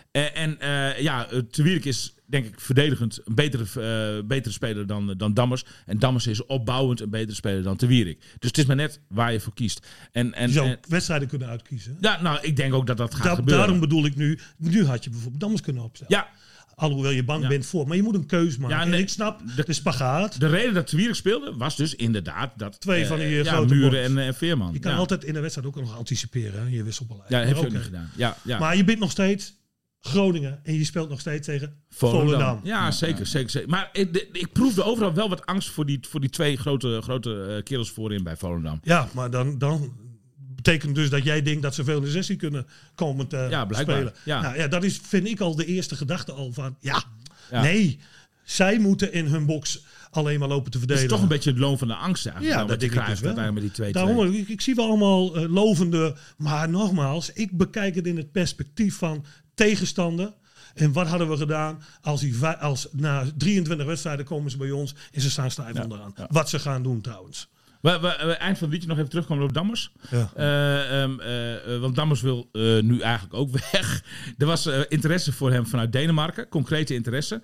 Te Wierik is denk ik verdedigend een betere speler dan Dammers. En Dammers is opbouwend een betere speler dan Te Wierik. Dus het is maar net waar je voor kiest. Je zou wedstrijden kunnen uitkiezen. Ja, nou, ik denk ook dat gaat gebeuren. Daarom bedoel ik nu had je bijvoorbeeld Dammers kunnen opstellen. Ja. Alhoewel je bang bent voor. Maar je moet een keus maken. Ja, en ik snap de spagaat. De reden dat Te Wierik speelde was dus inderdaad dat 2 van die grote Muren en Veerman. Je kan altijd in de wedstrijd ook nog anticiperen. Hè, je wisselbeleid. Ja, dat heb je ook niet gedaan. Ja. Maar je bent nog steeds Groningen. En je speelt nog steeds tegen Volendam. Ja, zeker. Maar ik proefde overal wel wat angst voor die 2 grote kerels voorin bij Volendam. Ja, maar dan betekent dus dat jij denkt dat ze veel in de 16 kunnen komen te spelen. Ja. Nou, ja, dat is, vind ik al de eerste gedachte al van... Nee, zij moeten in hun box alleen maar lopen te verdedigen. Het is toch een beetje het loon van de angst eigenlijk. Ja, dat ik krijg uiteindelijk met die 2-2. Daarom, ik zie wel allemaal lovende... Maar nogmaals, ik bekijk het in het perspectief van tegenstander... En wat hadden we gedaan als na 23 wedstrijden komen ze bij ons... en ze staan stijf onderaan. Ja. Wat ze gaan doen trouwens. Eind van het liedje nog even terugkomen op Dammers. Ja. Want Dammers wil nu eigenlijk ook weg. Er was interesse voor hem vanuit Denemarken. Concrete interesse.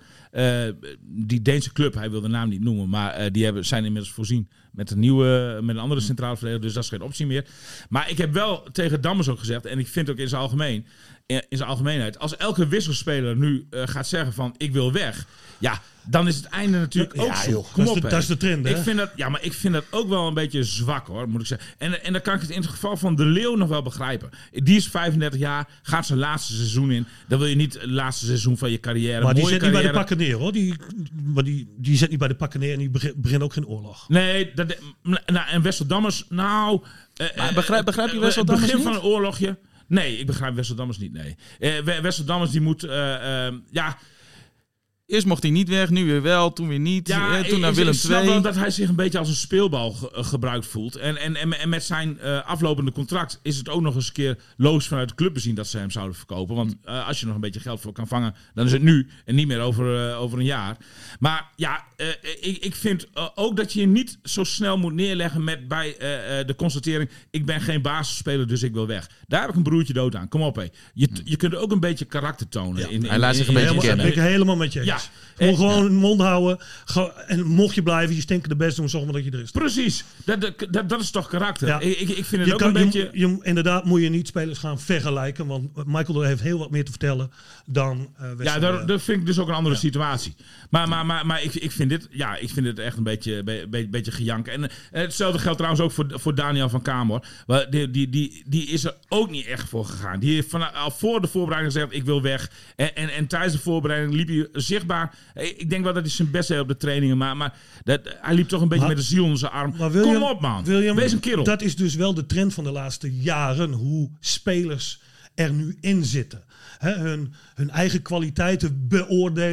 Die Deense club, hij wil de naam niet noemen. Maar die zijn inmiddels voorzien met een andere centrale verdediger. Dus dat is geen optie meer. Maar ik heb wel tegen Dammers ook gezegd. En ik vind ook in zijn algemeenheid. Als elke wisselspeler nu gaat zeggen van ik wil weg. Ja, dan is het einde natuurlijk ook zo. Joh, kom op, dat is de trend, hè? Ik vind dat ook wel een beetje zwak, hoor, moet ik zeggen. En dan kan ik het in het geval van De Leeuw nog wel begrijpen. Die is 35 jaar, gaat zijn laatste seizoen in. Dan wil je niet het laatste seizoen van je carrière. Maar die zit niet bij de pakken neer, hoor. Die zit niet bij de pakken neer en die begint ook geen oorlog. Nee, en Wessel Dammers, begrijp je Wessel Dammers het begin niet? van een oorlogje... Nee, ik begrijp Wessel Dammers niet, nee. Wessel Dammers die moet... Eerst mocht hij niet weg, nu weer wel, toen weer niet. Toen naar Willem II. Ik snap wel dat hij zich een beetje als een speelbal gebruikt voelt. En met zijn aflopende contract is het ook nog eens een keer logisch vanuit de club bezien dat ze hem zouden verkopen. Want als je nog een beetje geld voor kan vangen, dan is het nu en niet meer over een jaar. Maar ja, ik vind ook dat je je niet zo snel moet neerleggen met bij de constatering, ik ben geen basisspeler, dus ik wil weg. Daar heb ik een broertje dood aan. Kom op, hé. Je kunt ook een beetje karakter tonen. Hij laat zich een beetje kennen. Ik helemaal met je. Ja. Gewoon een mond houden. En mocht je blijven, je stinken de best doen, zonder dat je er is. Precies. Dat is toch karakter. Ja. Ik vind het ook een beetje... Inderdaad moet je niet spelers gaan vergelijken. Want Michael heeft heel wat meer te vertellen dan Wesley. Ja, dat vind ik dus ook een andere situatie. Maar ik vind dit... Ja, ik vind het echt een beetje gejank. En hetzelfde geldt trouwens ook voor Daniel van Kamer. Die is er ook niet echt voor gegaan. Die heeft al voor de voorbereiding gezegd, ik wil weg. En tijdens de voorbereiding liep hij zichtbaar. Ik denk wel dat hij zijn best deed op de trainingen. Maar hij liep toch een beetje met de ziel onder zijn arm. Kom op, man. Wees een kerel. Dat is dus wel de trend van de laatste jaren. Hoe spelers er nu in zitten. Hun eigen kwaliteiten beoordelen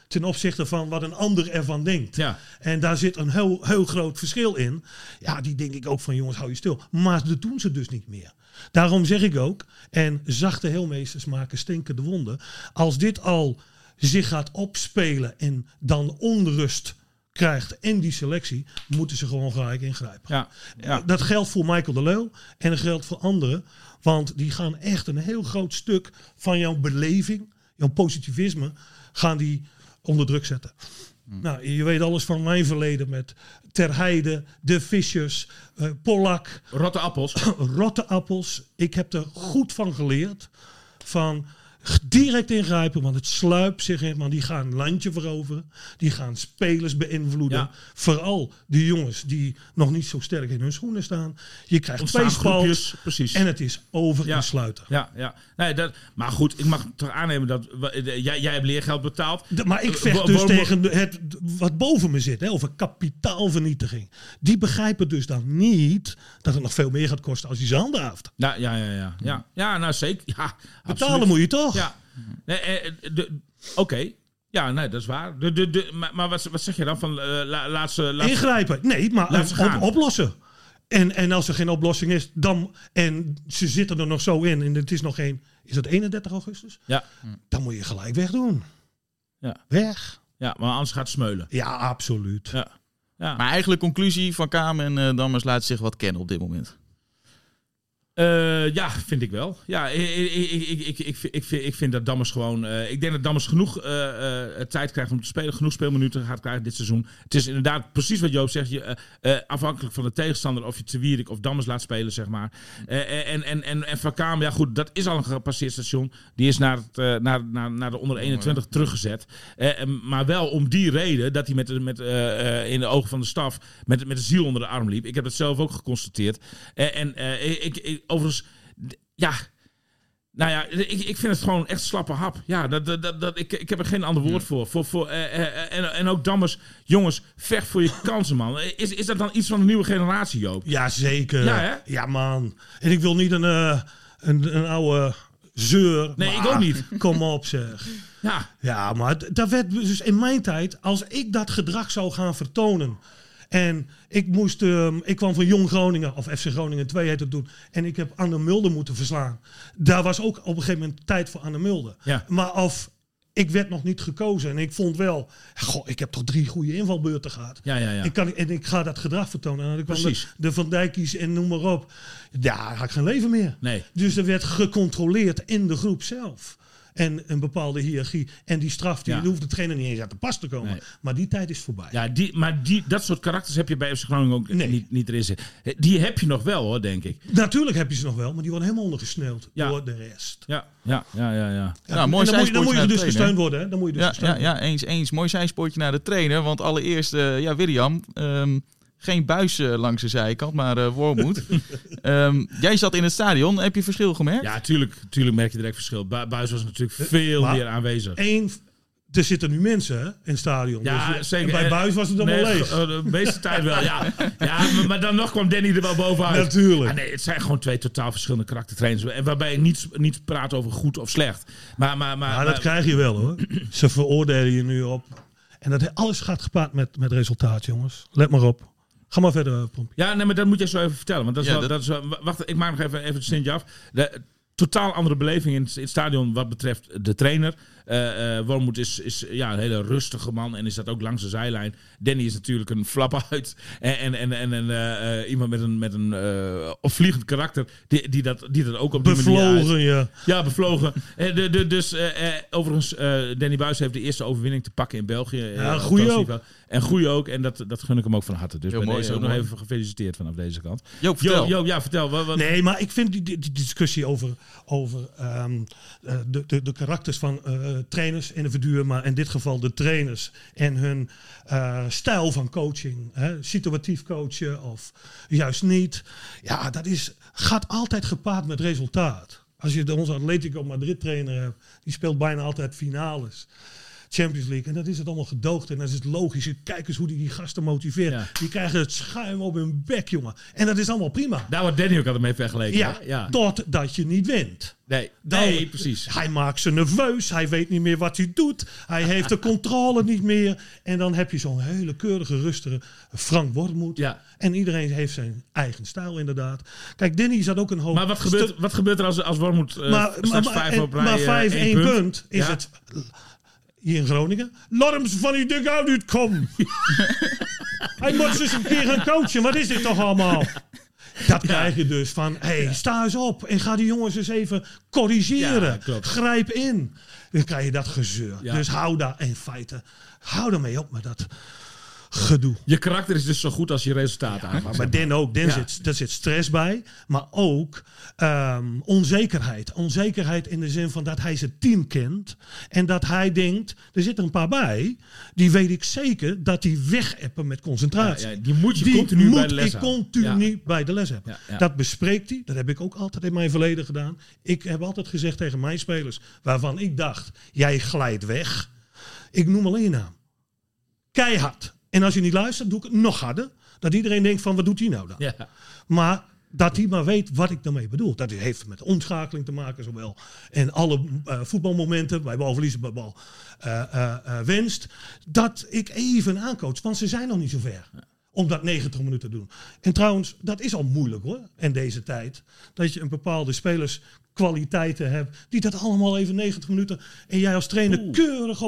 ten opzichte van wat een ander ervan denkt. Ja. En daar zit een heel groot verschil in. Ja, die denk ik ook van jongens, hou je stil. Maar dat doen ze dus niet meer. Daarom zeg ik ook, en zachte heelmeesters maken stinkende wonden. Als dit al zich gaat opspelen en dan onrust krijgt in die selectie, moeten ze gewoon gelijk ingrijpen. Ja. Dat geldt voor Michael de Leeuw en dat geldt voor anderen. Want die gaan echt een heel groot stuk van jouw beleving, jouw positivisme, gaan die onder druk zetten. Nou, je weet alles van mijn verleden met Ter Heide, de Fischers, Pollak. Rotte appels. Ik heb er goed van geleerd. Van direct ingrijpen, want het sluipt zich in. Want die gaan een landje veroveren. Die gaan spelers beïnvloeden. Ja. Vooral de jongens die nog niet zo sterk in hun schoenen staan. Je krijgt feestbals en het is over en sluiten. Ja. Nee, maar goed, ik mag toch aannemen dat jij hebt leergeld betaald. Maar ik vecht dus tegen het wat boven me zit, over kapitaalvernietiging. Die begrijpen dus dan niet dat het nog veel meer gaat kosten als hij zijn handen haft. Ja, nou zeker. Ja, betalen moet je toch? Ja. Oké. Ja, nee, dat is waar. Maar wat zeg je dan van laat ze ingrijpen? Nee, maar oplossen. En als er geen oplossing is, dan en ze zitten er nog zo in en het is nog geen. Is dat 31 augustus? Ja. Dan moet je gelijk wegdoen. Ja. Weg. Ja, maar anders gaat het smeulen. Ja, absoluut. Ja. Maar eigenlijk conclusie van Kamer en Dammers laat zich wat kennen op dit moment. Ja, vind ik wel. Ja, ik vind dat Dammers gewoon. Ik denk dat Dammers genoeg tijd krijgt om te spelen. Genoeg speelminuten gaat krijgen dit seizoen. Het is inderdaad precies wat Joop zegt. Afhankelijk van de tegenstander of je Te Wierik of Dammers laat spelen, zeg maar. En Van Kamer, ja goed, dat is al een gepasseerd station. Die is naar de onder 21 teruggezet. Maar wel om die reden dat hij in de ogen van de staf met de ziel onder de arm liep. Ik heb dat zelf ook geconstateerd. Overigens, ja, nou ja, ik vind het gewoon echt slappe hap. Ja, ik heb er geen ander woord voor. En ook Dammers, jongens, vecht voor je kansen, man. Is dat dan iets van de nieuwe generatie, Joop? Ja, zeker. Ja, hè? Ja, man. En ik wil niet een oude zeur. Nee, ik ook niet. Kom op, zeg. Ja, maar dat werd dus in mijn tijd, als ik dat gedrag zou gaan vertonen. En ik kwam van Jong Groningen, of FC Groningen 2 heet het toen. En ik heb Anne Mulder moeten verslaan. Daar was ook op een gegeven moment tijd voor Anne Mulder. Ja. Maar ik werd nog niet gekozen. En ik vond wel, ik heb toch 3 goede invalbeurten gehad. Ja. Ik ga dat gedrag vertonen. En dan kwam de Van Dijkjes en noem maar op. Ja, had ik geen leven meer. Nee. Dus er werd gecontroleerd in de groep zelf. En een bepaalde hiërarchie. En die straf, die hoeft het trainer niet eens uit de pas te komen. Nee. Maar die tijd is voorbij. Ja, dat soort karakters heb je bij FC Groningen ook niet erin zitten. Die heb je nog wel, hoor, denk ik. Natuurlijk heb je ze nog wel, maar die worden helemaal ondergesneeuwd door de rest. Ja. Nou, mooi dan moet je dus gesteund worden. Hè? Dan moet je dus gesteund worden. Eens. Mooi zijspoortje naar de trainer. Want allereerst, William... geen Buis langs de zijkant, maar Wormoed. Jij zat in het stadion. Heb je verschil gemerkt? Ja, tuurlijk merk je direct verschil. Buis was natuurlijk veel meer aanwezig. Er zitten nu mensen in het stadion. Ja, dus, zeker. Bij Buis was het dan wel leeg. De meeste tijd wel, ja. Maar dan nog kwam Danny er wel bovenuit. Natuurlijk. Nee, het zijn gewoon 2 totaal verschillende karaktertrainers. En waarbij je niet praat over goed of slecht. Maar dat krijg je wel, hoor. Ze veroordelen je nu op. En alles gaat gepaard met resultaat, jongens. Let maar op. Ga maar verder, Pomp. Ja, nee, maar dat moet je zo even vertellen. Want dat is wacht, ik maak nog even het stintje af. Totaal andere beleving in het stadion wat betreft de trainer. Wormoed is een hele rustige man en is dat ook langs de zijlijn. Danny is natuurlijk een flap uit en iemand met een opvliegend karakter die dat ook op die manier uit. Ja, bevlogen. Overigens, Danny Buis heeft de eerste overwinning te pakken in België. Ja, goeie ook. En goeie ook. En dat gun ik hem ook van harte. Dus heel bij mooi, deze ook nog even gefeliciteerd vanaf deze kant. Joop, vertel. Joop, vertel. Nee, maar ik vind die discussie over de karakters van trainers, individuen, maar in dit geval de trainers en hun stijl van coaching, situatief coachen of juist niet. Ja, gaat altijd gepaard met resultaat. Als je onze Atletico Madrid trainer hebt, die speelt bijna altijd finales. Champions League. En dat is het allemaal gedoogd. En dat is het logisch. Kijk eens hoe die gasten motiveert. Ja. Die krijgen het schuim op hun bek, jongen. En dat is allemaal prima. Daar wordt Danny ook altijd mee vergeleken. Ja, hè? Ja. totdat je niet wint. Nee, precies. Hij maakt ze nerveus. Hij weet niet meer wat hij doet. Hij heeft de controle niet meer. En dan heb je zo'n hele keurige, rustige Frank Wormoed. Ja. En iedereen heeft zijn eigen stijl inderdaad. Kijk, Danny zat ook een hoop... Maar wat gebeurt er als Wormoed straks 5 op rij... Maar 5-1 punt is Ja. het... Hier in Groningen. Laat hem van die dugout uitkomen. Hij moet dus een keer gaan coachen. Wat is dit toch allemaal? Dat krijg je dus van, sta eens op en ga die jongens eens even corrigeren. Ja, klopt. Grijp in. Dan krijg je dat gezeur. Ja. Dus hou daar in feite, hou ermee op met dat gedoe. Je karakter is dus zo goed als je resultaat aangaat. Maar Den ook, daar zit stress bij, maar ook onzekerheid. Onzekerheid in de zin van dat hij zijn team kent en dat hij denkt, er zitten een paar bij, die weet ik zeker dat die wegappen met concentratie. Ja, die moet je continu bij de les ik houden. continu bij de les hebben. Ja. Dat bespreekt hij, dat heb ik ook altijd in mijn verleden gedaan. Ik heb altijd gezegd tegen mijn spelers, waarvan ik dacht, jij glijdt weg. Ik noem alleen je naam. Keihard. En als je niet luistert, doe ik het nog harder. Dat iedereen denkt van, wat doet hij nou dan? Ja. Maar dat hij maar weet wat ik daarmee bedoel. Dat heeft met omschakeling te maken, zowel in alle voetbalmomenten, bij balverliezen, bij bal winst. Dat ik even aancoach, want ze zijn nog niet zo ver. Om dat 90 minuten te doen. En trouwens, dat is al moeilijk hoor, in deze tijd. Dat je een bepaalde spelerskwaliteiten hebt, die dat allemaal even 90 minuten. En jij als trainer keurig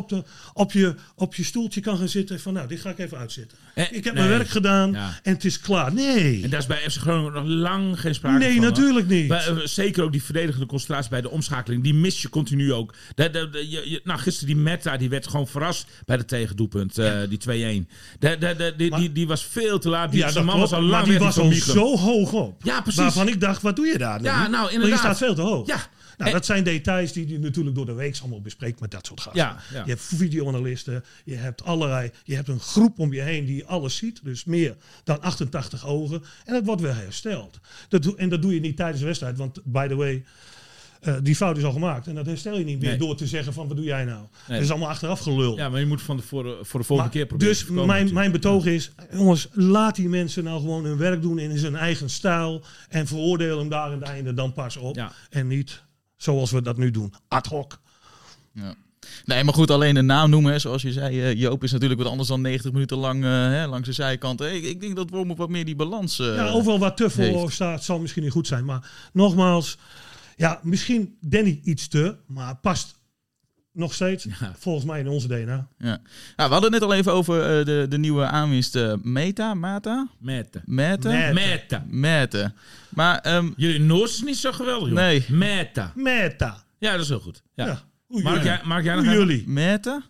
op je stoeltje kan gaan zitten. Van nou, dit ga ik even uitzitten. Ik heb mijn werk gedaan en het is klaar. Nee. En daar is bij FC Groningen nog lang geen sprake van. Nee, natuurlijk niet. Zeker ook die verdedigende concentratie bij de omschakeling. Die mis je continu ook. Gisteren die Meta, die werd gewoon verrast bij de tegendoelpunt. Die 2-1. Die was veel te laat. Die man was al lang maar die weg was al zo hoog op. Ja, precies. Waarvan ik dacht, wat doe je daar? Ja, nou inderdaad. Maar je staat veel te hoog. Ja. Nou, dat zijn details die je natuurlijk door de week allemaal bespreekt met dat soort gasten. Ja. Je hebt videoanalisten, je hebt een groep om je heen die alles ziet. Dus meer dan 88 ogen. En dat wordt weer hersteld. Dat doe je niet tijdens de wedstrijd. Want, by the way, die fout is al gemaakt. En dat herstel je niet meer door te zeggen van, wat doe jij nou? Nee. Dat is allemaal achteraf gelul. Ja, maar je moet voor de volgende keer proberen. Dus mijn betoog is, jongens, laat die mensen nou gewoon hun werk doen in zijn eigen stijl. En veroordeel hem daar aan het einde dan pas op. Ja. En niet zoals we dat nu doen. Ad hoc. Ja. Nee, maar goed, alleen de naam noemen. Hè. Zoals je zei, Joop is natuurlijk wat anders dan 90 minuten lang langs de zijkant. Ik denk dat Wormoed wat meer die balans overal waar te voor staat, zal misschien niet goed zijn. Maar nogmaals, misschien Danny iets te, maar past nog steeds volgens mij in onze DNA. Ja. We hadden het net al even over de nieuwe aanwinst Meta. Maar jullie Noors is niet zo geweldig, joh. Nee. Meta. Ja, dat is heel goed. Ja. Mark jij nog jullie? Meta.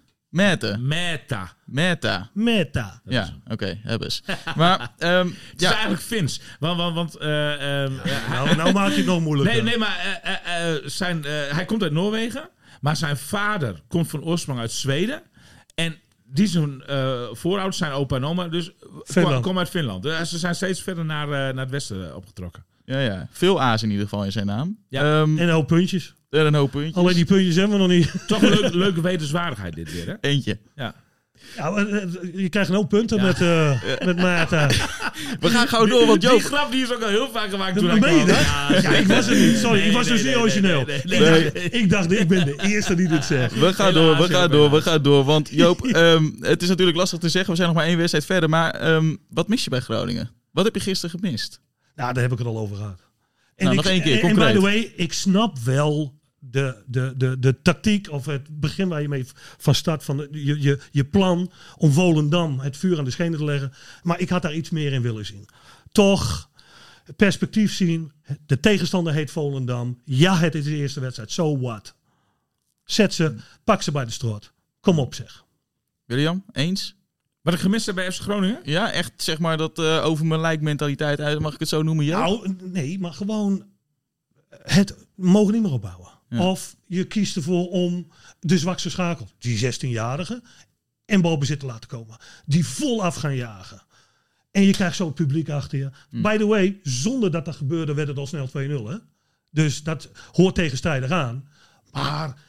Ja, oké, hebben eens. Maar het is eigenlijk Fins. Want nou maak je het nog moeilijker. Nee, maar hij komt uit Noorwegen. Maar zijn vader komt van oorsprong uit Zweden. En die zijn voorouders zijn opa en oma. Dus komen uit Finland. Dus ze zijn steeds verder naar het westen opgetrokken. Ja. Veel A's in ieder geval in zijn naam. Ja. En een hoop puntjes. Alleen die puntjes hebben we nog niet. Toch een leuke wetenswaardigheid dit weer, hè? Eentje. Ja. Je krijgt een hoop punten met Maarten. We gaan gauw door, want Joop... Die grap die is ook al heel vaak gemaakt toen ben je dat? Ja, ik was er niet. Sorry, ik was dus niet origineel. Ik dacht, ik ben de eerste die dit zegt. We gaan door. Want Joop, het is natuurlijk lastig te zeggen. We zijn nog maar 1 wedstrijd verder. Maar wat mis je bij Groningen? Wat heb je gisteren gemist? Nou, daar heb ik het al over gehad. Nog 1 keer, concreet. En by the way, ik snap wel de tactiek of het begin waar je mee van start van je plan om Volendam het vuur aan de schenen te leggen. Maar ik had daar iets meer in willen zien. Toch perspectief zien. De tegenstander heet Volendam. Ja, het is de eerste wedstrijd. So what? Pak ze bij de strot. Kom op zeg. William, eens? Wat ik gemist heb bij FC Groningen? Ja, echt zeg maar dat over mijn lijkmentaliteit uit, mag ik het zo noemen? Ja? Nou, nee, maar gewoon het mogen niet meer opbouwen. Ja. Of je kiest ervoor om de zwakste schakel, die 16-jarige, en balbezit te laten komen. Die vol af gaan jagen. En je krijgt zo het publiek achter je. By the way, zonder dat gebeurde, werd het al snel 2-0. Hè? Dus dat hoort tegenstrijdig aan. Maar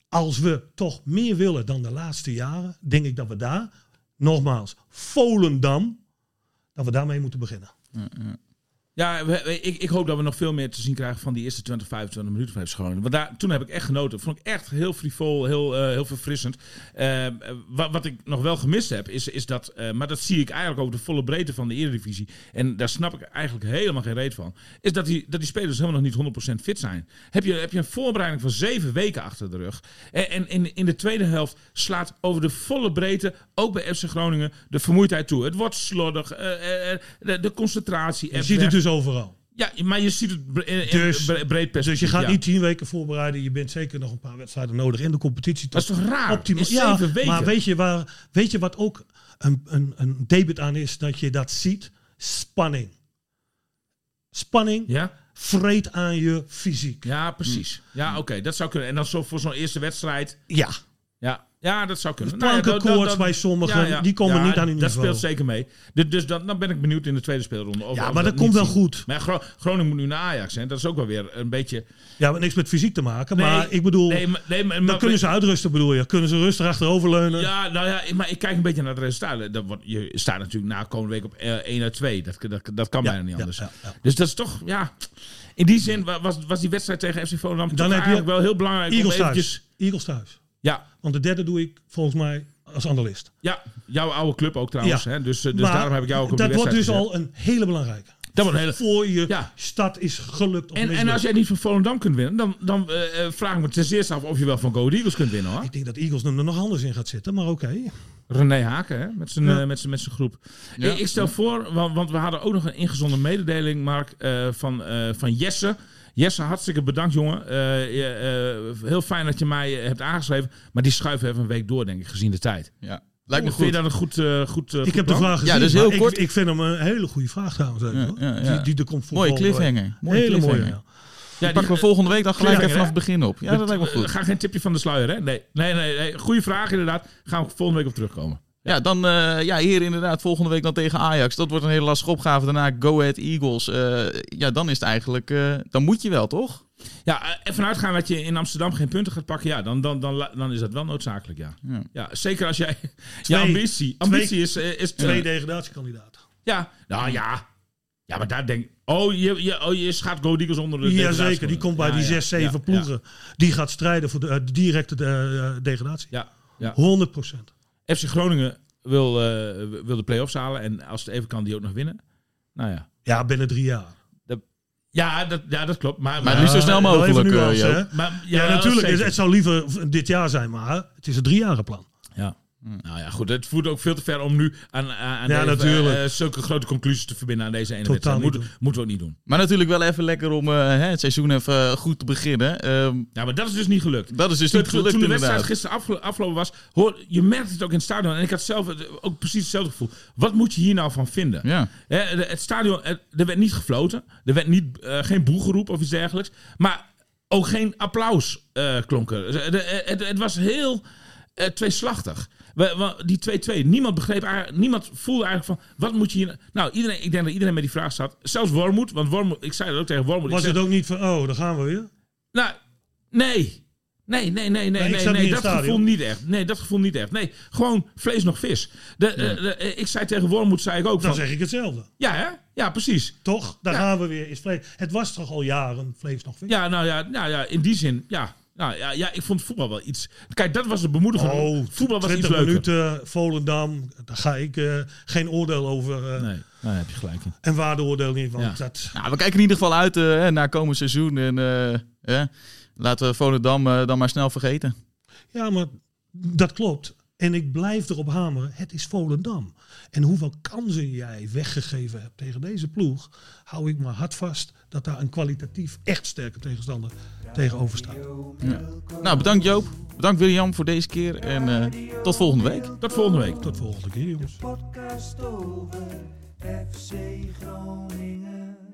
als we toch meer willen dan de laatste jaren, denk ik dat we daar, nogmaals, Volendam, dat we daarmee moeten beginnen. Ja, ik hoop dat we nog veel meer te zien krijgen van die eerste 20, 25 minuten van FC Groningen. Want toen heb ik echt genoten. Vond ik echt heel frivol, heel verfrissend. Wat ik nog wel gemist heb, is dat... maar dat zie ik eigenlijk ook de volle breedte van de Eredivisie. En daar snap ik eigenlijk helemaal geen reet van. Is dat die spelers helemaal nog niet 100% fit zijn. Heb je een voorbereiding van 7 weken achter de rug. En in de tweede helft slaat over de volle breedte, ook bij FC Groningen, de vermoeidheid toe. Het wordt slordig. De concentratie. Je ziet het dus overal. Ja, maar je ziet het in breed perspectief. Dus je gaat niet 10 weken voorbereiden. Je bent zeker nog een paar wedstrijden nodig in de competitie. Dat is toch raar? Optimaal. In 7 weken. Maar weet je wat ook een debut aan is? Dat je dat ziet? Spanning. Spanning vreet aan je fysiek. Ja, precies. Ja, oké. Dat zou kunnen. En dan voor zo'n eerste wedstrijd. Ja, dat zou kunnen. Plankenkoorts bij sommigen, die komen niet aan hun niveau. Dat speelt zeker mee. Dus dan ben ik benieuwd in de tweede speelronde. Maar dat komt wel goed. Maar Groningen moet nu naar Ajax. Hè? Dat is ook wel weer een beetje... Ja, maar niks met fysiek te maken. Maar ik bedoel, dan kunnen ze uitrusten, bedoel je. Kunnen ze rustig achteroverleunen. Ja, maar ik kijk een beetje naar het resultaat. Je staat natuurlijk na komende week op 1-2. Dat kan bijna niet anders. Ja. Dus dat is toch, in die zin was die wedstrijd tegen FC Volendam dan eigenlijk wel heel belangrijk. Eagles thuis. Ja. Want de derde doe ik volgens mij als analist. Ja, jouw oude club ook trouwens. Ja. Hè? Dus daarom heb ik jou ook op de wedstrijd dat wordt dus gezet. al een hele belangrijke. Voor je stad is gelukt. En als jij niet van Volendam kunt winnen, dan vraag ik me ten zeerste af of je wel van Go Eagles kunt winnen, hoor. Ik denk dat Eagles er nog anders in gaat zitten, maar oké. René Haken, hè? Met zijn groep. Ja. Ik stel voor, want we hadden ook nog een ingezonden mededeling, Mark, van Jesse. Jesse, hartstikke bedankt, jongen. Heel fijn dat je mij hebt aangeschreven. Maar die schuiven even een week door, denk ik, gezien de tijd. Ja. Lijkt me goed. Vind je dat een goed ik heb de vraag gezien. Ja, dus heel kort. Ik vind hem een hele goede vraag trouwens. Die er komt voor. Mooie cliffhanger. Hele mooie. Ja, pakken we volgende week dan gelijk even vanaf het begin op. Ja, dat lijkt me goed. Ga geen tipje van de sluier, hè? Nee. Goeie vraag inderdaad. Gaan we volgende week op terugkomen. Ja, dan hier inderdaad volgende week dan tegen Ajax. Dat wordt een hele lastige opgave. Daarna Go Ahead Eagles. Dan is het eigenlijk... dan moet je wel, toch? Ja, ervan uitgaan dat je in Amsterdam geen punten gaat pakken. Ja, dan is dat wel noodzakelijk, ja. Zeker als jij... ambitie is 2 degradatiekandidaten. Ja, nou ja. Ja, maar daar denk ik... je schat Go Eagles onder de degradatie. Jazeker, die komt bij die 6-7 ploegen. Die gaat strijden voor de directe degradatie. Ja. 100%. FC Groningen wil de play-offs halen. En als het even kan, die ook nog winnen. Nou ja. Ja, binnen 3 jaar. Dat klopt. Maar het liefst zo snel mogelijk. Natuurlijk. Het zou liever dit jaar zijn, maar het is een 3-jarige plan. Ja. Nou ja, goed. Het voert ook veel te ver om nu aan zulke grote conclusies te verbinden aan deze ene wedstrijd. Moeten we ook niet doen. Maar natuurlijk wel even lekker om het seizoen even goed te beginnen. Ja, maar dat is dus niet gelukt. Toen de wedstrijd gisteren afgelopen was, je merkt het ook in het stadion. En ik had zelf ook precies hetzelfde gevoel. Wat moet je hier nou van vinden? Ja. Het stadion, er werd niet gefloten. Er werd geen boel geroepen of iets dergelijks. Maar ook geen applaus klonk er. Het was heel tweeslachtig. Die 2-2. Niemand voelde eigenlijk van, wat moet je hier... Nou, ik denk dat iedereen met die vraag zat. Zelfs Wormoed, want Wormoed, ik zei dat ook tegen Wormoed. Was het ook niet van, daar gaan we weer? Nou, nee. Nee, dat gevoel niet echt. Nee, gewoon vlees nog vis. Ik zei tegen Wormoed, zei ik ook dan zeg ik hetzelfde. Ja, hè? Ja, precies. Toch? Daar gaan we weer. Is vlees. Het was toch al jaren vlees nog vis? Ja, nou ja, in die zin, ja. Nou ja, ik vond voetbal wel iets... Kijk, dat was het bemoedigende. Voetbal was iets leuker. 20 minuten, Volendam. Daar ga ik geen oordeel over... Nee, daar heb je gelijk in. En waardeoordeel niet. Want we kijken in ieder geval uit naar komend seizoen. En laten we Volendam dan maar snel vergeten. Ja, maar dat klopt. En ik blijf erop hameren. Het is Volendam. En hoeveel kansen jij weggegeven hebt tegen deze ploeg... hou ik maar hard vast dat daar een kwalitatief echt sterke tegenstander tegenover staat. Ja. Nou, bedankt Joop. Bedankt William voor deze keer. En tot volgende week. Tot volgende week. Tot volgende keer, jongens. De podcast over FC Groningen.